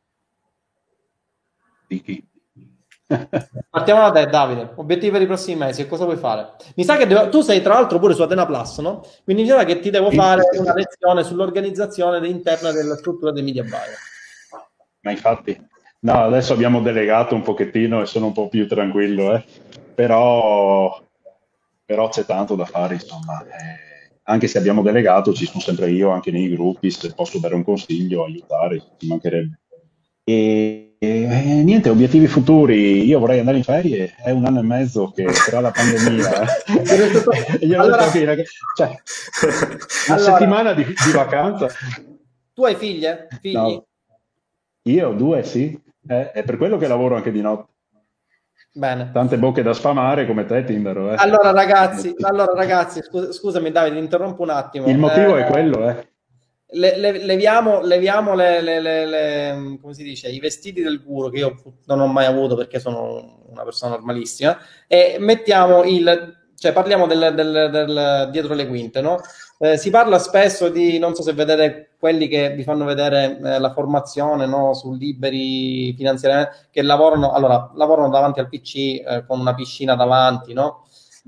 Di chi? Partiamo da te, Davide. Obiettivi per i prossimi mesi, e cosa vuoi fare? Mi sa che devo... tu sei tra l'altro pure su Atena Plus, no? Quindi mi sa che ti devo fare una lezione sull'organizzazione interna della struttura dei media buyer. Ma infatti, no, adesso abbiamo delegato un pochettino e sono un po' più tranquillo, eh. però, però c'è tanto da fare, insomma. Eh, anche se abbiamo delegato, ci sono sempre io, anche nei gruppi, se posso dare un consiglio, aiutare, ci mancherebbe. E, e niente, obiettivi futuri. Io vorrei andare in ferie, è un anno e mezzo che sarà la pandemia. E io allora, detto, okay, cioè, una allora, settimana di, di vacanza. Tu hai figlie? Figli? No. Io due, sì. Eh, è per quello che lavoro anche di notte. Bene. Tante bocche da sfamare come te, Timbero. Eh. Allora ragazzi, allora ragazzi, scus- scusami Davide, ti interrompo un attimo. Il motivo eh, è quello, eh. Le, le, leviamo, leviamo le, le, le, le, come si dice, i vestiti del guru che io non ho mai avuto perché sono una persona normalissima, e mettiamo il cioè parliamo del, del, del dietro le quinte, no? Eh, si parla spesso di, non so se vedete quelli che vi fanno vedere eh, la formazione, no, su liberi finanziariamente, che lavorano, allora, lavorano davanti al P C eh, con una piscina davanti, no?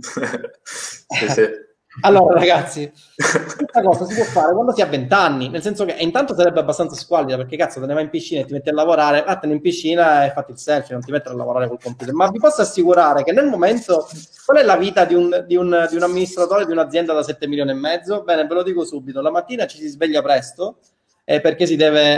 Sì, sì. Allora ragazzi, questa cosa si può fare quando si ha venti anni, nel senso che intanto sarebbe abbastanza squallida, perché cazzo te ne vai in piscina e ti metti a lavorare, vattene in piscina e fatti il selfie, non ti mettere a lavorare col computer. Ma vi posso assicurare che nel momento, qual è la vita di un, di un, di un amministratore di un'azienda da sette milioni e mezzo? Bene, ve lo dico subito, la mattina ci si sveglia presto, eh, perché si deve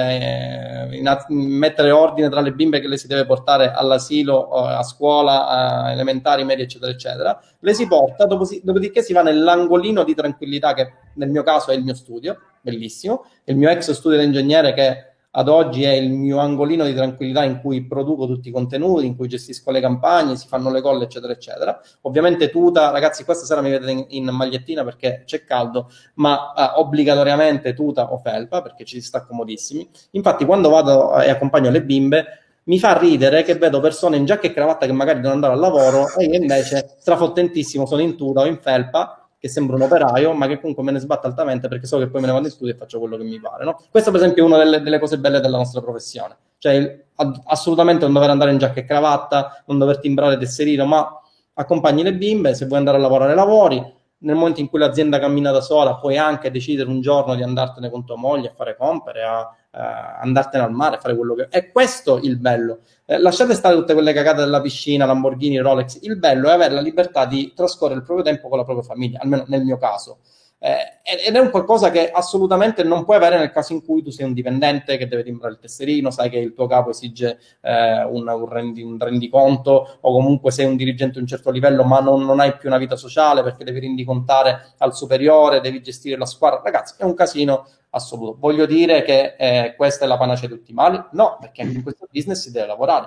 eh, in, mettere ordine tra le bimbe che le si deve portare all'asilo, a scuola, a elementari, medie, eccetera, eccetera. Le si porta, dopo si, dopodiché si va nell'angolino di tranquillità che nel mio caso è il mio studio, bellissimo, il mio ex studio di ingegnere che ad oggi è il mio angolino di tranquillità in cui produco tutti i contenuti, in cui gestisco le campagne, si fanno le call, eccetera, eccetera. Ovviamente tuta, ragazzi, questa sera mi vedete in, in magliettina perché c'è caldo, ma eh, obbligatoriamente tuta o felpa perché ci si sta comodissimi. Infatti quando vado e accompagno le bimbe mi fa ridere che vedo persone in giacca e cravatta che magari devono andare al lavoro e io invece, strafottentissimo, sono in tuta o in felpa, che sembra un operaio, ma che comunque me ne sbatto altamente perché so che poi me ne vado in studio e faccio quello che mi pare, no? Questo per esempio è una delle, delle cose belle della nostra professione, cioè il, assolutamente non dover andare in giacca e cravatta, non dover timbrare tesserino, ma accompagni le bimbe, se vuoi andare a lavorare lavori, nel momento in cui l'azienda cammina da sola puoi anche decidere un giorno di andartene con tua moglie a fare compere, a, a andartene al mare, a fare quello che... È questo il bello. Eh, lasciate stare tutte quelle cagate della piscina, Lamborghini, Rolex. Il bello è avere la libertà di trascorrere il proprio tempo con la propria famiglia, almeno nel mio caso. Eh, ed è un qualcosa che assolutamente non puoi avere nel caso in cui tu sei un dipendente che deve timbrare il tesserino, sai che il tuo capo esige eh, un, un, rendi, un rendiconto, o comunque sei un dirigente di un certo livello ma non, non hai più una vita sociale perché devi rendicontare al superiore, devi gestire la squadra. Ragazzi, è un casino assoluto. Voglio dire che eh, questa è la panacea di tutti i mali? No, perché anche in questo business si deve lavorare,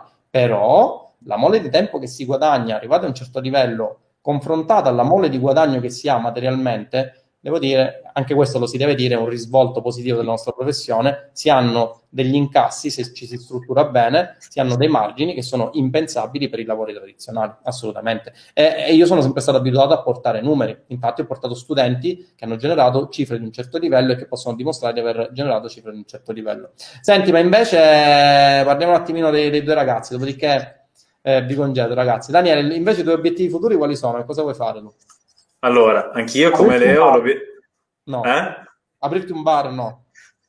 però la mole di tempo che si guadagna arrivato a un certo livello confrontata alla mole di guadagno che si ha materialmente, devo dire, anche questo lo si deve dire, è un risvolto positivo della nostra professione, si hanno degli incassi, se ci si struttura bene, si hanno dei margini che sono impensabili per i lavori tradizionali, assolutamente. E, e io sono sempre stato abituato a portare numeri, infatti ho portato studenti che hanno generato cifre di un certo livello e che possono dimostrare di aver generato cifre di un certo livello. Senti, ma invece parliamo un attimino dei, dei due ragazzi, dopodiché eh, vi congedo, ragazzi. Daniele, invece i tuoi obiettivi futuri quali sono e cosa vuoi fare tu? Allora, anch'io come Leo... Lo... No. Eh? Aprirti un bar, no.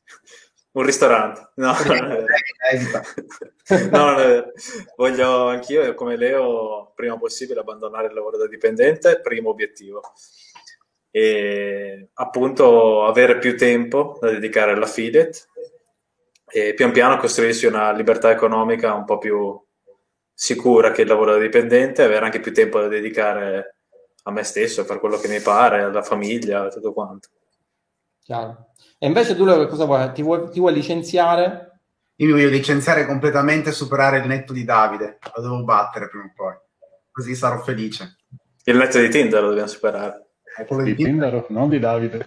Un ristorante. No, no, non è vero. Voglio anch'io, come Leo, prima possibile abbandonare il lavoro da dipendente, primo obiettivo. E appunto avere più tempo da dedicare all'affiliate e pian piano costruirsi una libertà economica un po' più sicura che il lavoro da dipendente, avere anche più tempo da dedicare a me stesso, a fare quello che mi pare, alla famiglia, tutto quanto. Chiaro. E invece tu cosa vuoi? Ti vuoi, ti vuoi licenziare? Io mi voglio licenziare completamente e superare il netto di Davide. Lo devo battere prima o poi. Così sarò felice. Il netto di Tinder lo dobbiamo superare. Eh, quello di Tinder, Tinder non di Davide.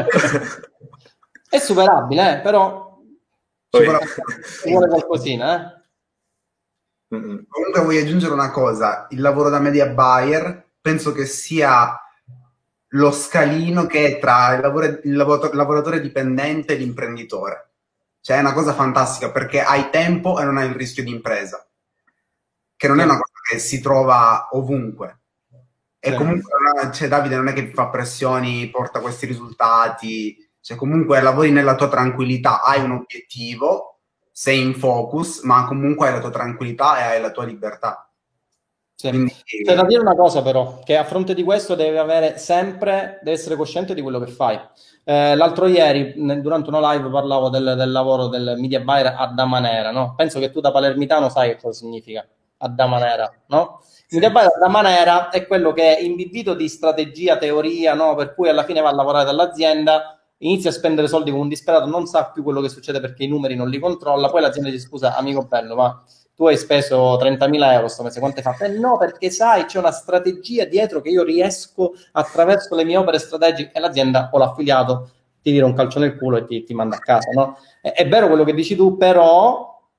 È superabile, eh? Però ci vuole, ci vuole qualcosina, eh? Mm-hmm. Comunque voglio aggiungere una cosa. Il lavoro da media buyer penso che sia lo scalino che è tra il, lavoro, il lavoratore, lavoratore dipendente e l'imprenditore. Cioè è una cosa fantastica perché hai tempo e non hai il rischio di impresa, che non sì. è una cosa che si trova ovunque. E sì. comunque cioè, Davide non è che fa pressioni, porta questi risultati, cioè comunque lavori nella tua tranquillità, hai un obiettivo, sei in focus, ma comunque hai la tua tranquillità e hai la tua libertà. Sì. Quindi... C'è da dire una cosa però, che a fronte di questo devi avere sempre, devi essere cosciente di quello che fai. Eh, l'altro ieri, durante una live, parlavo del, del lavoro del media buyer a Damanera, no? Penso che tu da palermitano sai che cosa significa a Damanera, no? Il media buyer a Damanera è quello che è imbibito di strategia, teoria, no? Per cui alla fine va a lavorare dall'azienda, inizia a spendere soldi come un disperato, non sa più quello che succede perché i numeri non li controlla, poi l'azienda dice scusa amico bello, ma tu hai speso trentamila euro sto mese, quanto hai fatto? Eh no, perché sai, c'è una strategia dietro che io riesco attraverso le mie opere strategiche, e l'azienda o l'affiliato ti tira un calcio nel culo e ti, ti manda a casa, no? È, è vero quello che dici tu, però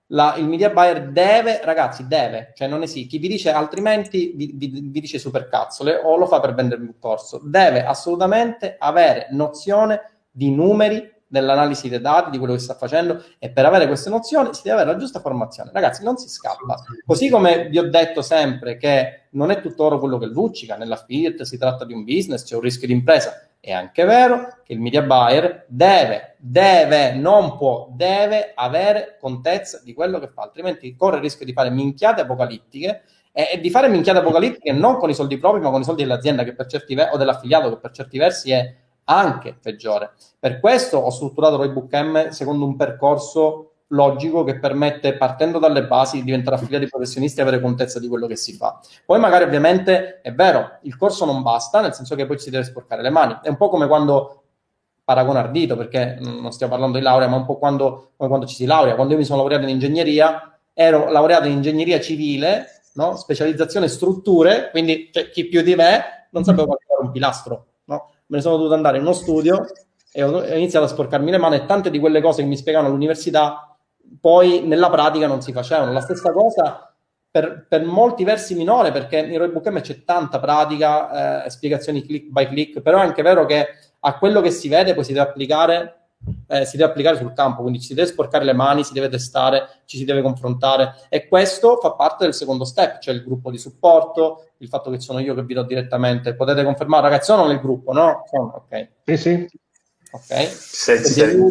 la, il media buyer deve, ragazzi, deve, cioè non esiste, chi vi dice altrimenti vi, vi, vi dice supercazzole o lo fa per vendervi un corso, deve assolutamente avere nozione di numeri, dell'analisi dei dati, di quello che sta facendo, e per avere queste nozioni si deve avere la giusta formazione. Ragazzi, non si scappa. Così come vi ho detto sempre che non è tutto oro quello che luccica, nell'affiliate si tratta di un business, c'è un rischio di impresa. È anche vero che il media buyer deve, deve, non può, deve avere contezza di quello che fa, altrimenti corre il rischio di fare minchiate apocalittiche e, e di fare minchiate apocalittiche non con i soldi propri, ma con i soldi dell'azienda che per certi ver- o dell'affiliato, che per certi versi è anche peggiore. Per questo ho strutturato Roybook M secondo un percorso logico che permette, partendo dalle basi, di diventare affiliati professionisti e avere contezza di quello che si fa. Poi magari ovviamente è vero, il corso non basta, nel senso che poi ci si deve sporcare le mani. È un po' come quando, paragone ardito, perché non stiamo parlando di laurea, ma un po' quando, come quando ci si laurea. Quando io mi sono laureato in ingegneria, ero laureato in ingegneria civile, no? Specializzazione strutture, quindi cioè, chi più di me non sapeva calcolare un pilastro, no? Me ne sono dovuto andare in uno studio e ho iniziato a sporcarmi le mani, e tante di quelle cose che mi spiegavano all'università poi nella pratica non si facevano. La stessa cosa per, per molti versi minore, perché in Roybook M c'è tanta pratica, eh, spiegazioni click by click, però è anche vero che a quello che si vede poi si deve applicare eh, si deve applicare sul campo, quindi ci si deve sporcare le mani, si deve testare, ci si deve confrontare, e questo fa parte del secondo step, cioè il gruppo di supporto, il fatto che sono io che vi do direttamente. Potete confermare, ragazzi, sono nel gruppo, no? Sono, ok. Sì, sì. Ok. Sì, sì.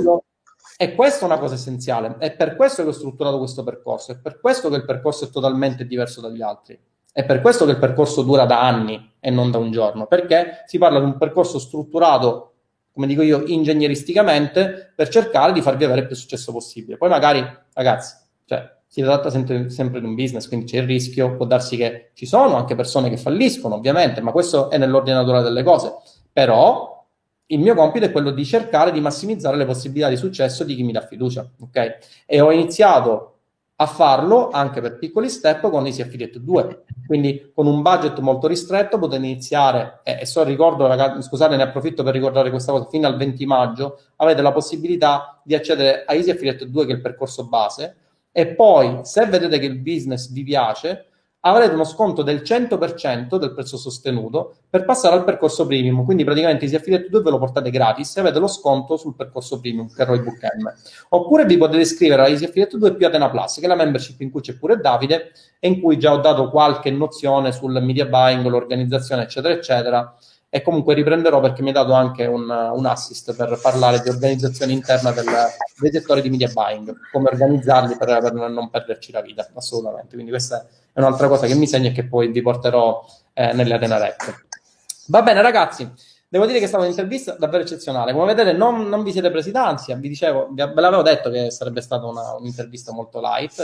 E questa è una cosa essenziale, è per questo che ho strutturato questo percorso, è per questo che il percorso è totalmente diverso dagli altri, è per questo che il percorso dura da anni e non da un giorno, perché si parla di un percorso strutturato, come dico io, ingegneristicamente, per cercare di farvi avere il più successo possibile. Poi magari, ragazzi, cioè, si tratta sempre, sempre di un business, quindi c'è il rischio, può darsi che ci sono anche persone che falliscono, ovviamente, ma questo è nell'ordine naturale delle cose, però il mio compito è quello di cercare di massimizzare le possibilità di successo di chi mi dà fiducia, ok? E ho iniziato a farlo anche per piccoli step con Easy Affiliate due, quindi con un budget molto ristretto potete iniziare, e, e so, ricordo, ragazzi, scusate, ne approfitto per ricordare questa cosa, fino al venti maggio avete la possibilità di accedere a Easy Affiliate due, che è il percorso base, e poi, se vedete che il business vi piace, avrete uno sconto del cento per cento del prezzo sostenuto per passare al percorso premium. Quindi praticamente Easy Affiliate due ve lo portate gratis e avete lo sconto sul percorso premium, che è Roybook M. Oppure vi potete iscrivere a Easy Affiliate due più Atena Plus, che è la membership in cui c'è pure Davide e in cui già ho dato qualche nozione sul media buying, l'organizzazione, eccetera, eccetera. E comunque riprenderò, perché mi ha dato anche un, un assist per parlare di organizzazione interna del, dei settori di media buying, come organizzarli per, per non perderci la vita, assolutamente. Quindi questa è un'altra cosa che mi segno e che poi vi porterò eh, nelle Atena Rec. Va bene, ragazzi, devo dire che è stata un'intervista davvero eccezionale. Come vedete non, non vi siete presi d'ansia, vi dicevo, ve l'avevo detto che sarebbe stata una, un'intervista molto light,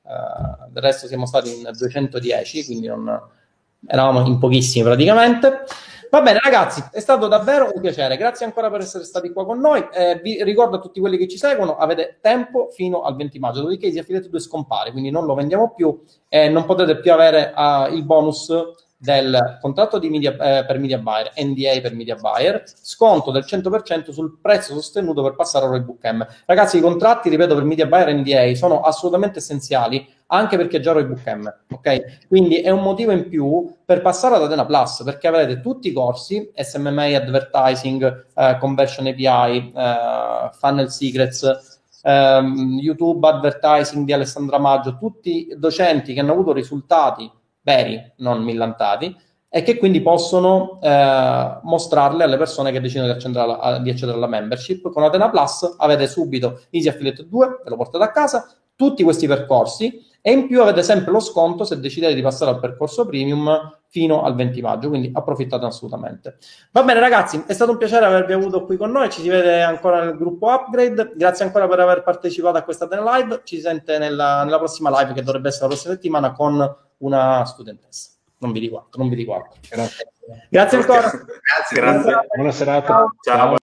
uh, del resto siamo stati in duecentodieci, quindi non, eravamo in pochissimi praticamente. Va bene, ragazzi, è stato davvero un piacere, grazie ancora per essere stati qua con noi. Eh, vi ricordo a tutti quelli che ci seguono, avete tempo fino al venti maggio, dopodiché Easy Affiliate due scompare, quindi non lo vendiamo più e non potete più avere uh, il bonus del contratto di media, eh, per media buyer, N D A per media buyer, sconto del cento per cento sul prezzo sostenuto per passare a Roybook M. Ragazzi, i contratti, ripeto, per media buyer e N D A sono assolutamente essenziali, anche perché già Roybook M, ok? Quindi è un motivo in più per passare ad Atena Plus, perché avrete tutti i corsi, S M M A, Advertising, eh, Conversion A P I, eh, Funnel Secrets, ehm, YouTube Advertising di Alessandra Maggio, tutti docenti che hanno avuto risultati veri, non millantati, e che quindi possono eh, mostrarle alle persone che decidono di accedere, alla, di accedere alla membership. Con Atena Plus avete subito Easy Affiliate due, ve lo portate a casa, tutti questi percorsi, e in più avete sempre lo sconto se decidete di passare al percorso premium fino al venti maggio, quindi approfittate assolutamente. Va bene, ragazzi, è stato un piacere avervi avuto qui con noi, ci si vede ancora nel gruppo Upgrade, grazie ancora per aver partecipato a questa Atena Live, ci si sente nella, nella prossima live, che dovrebbe essere la prossima settimana, con una studentessa. Non vi dico altro, non vi dico altro. Grazie. Grazie ancora. Grazie, grazie. Buona serata. Ciao. Ciao.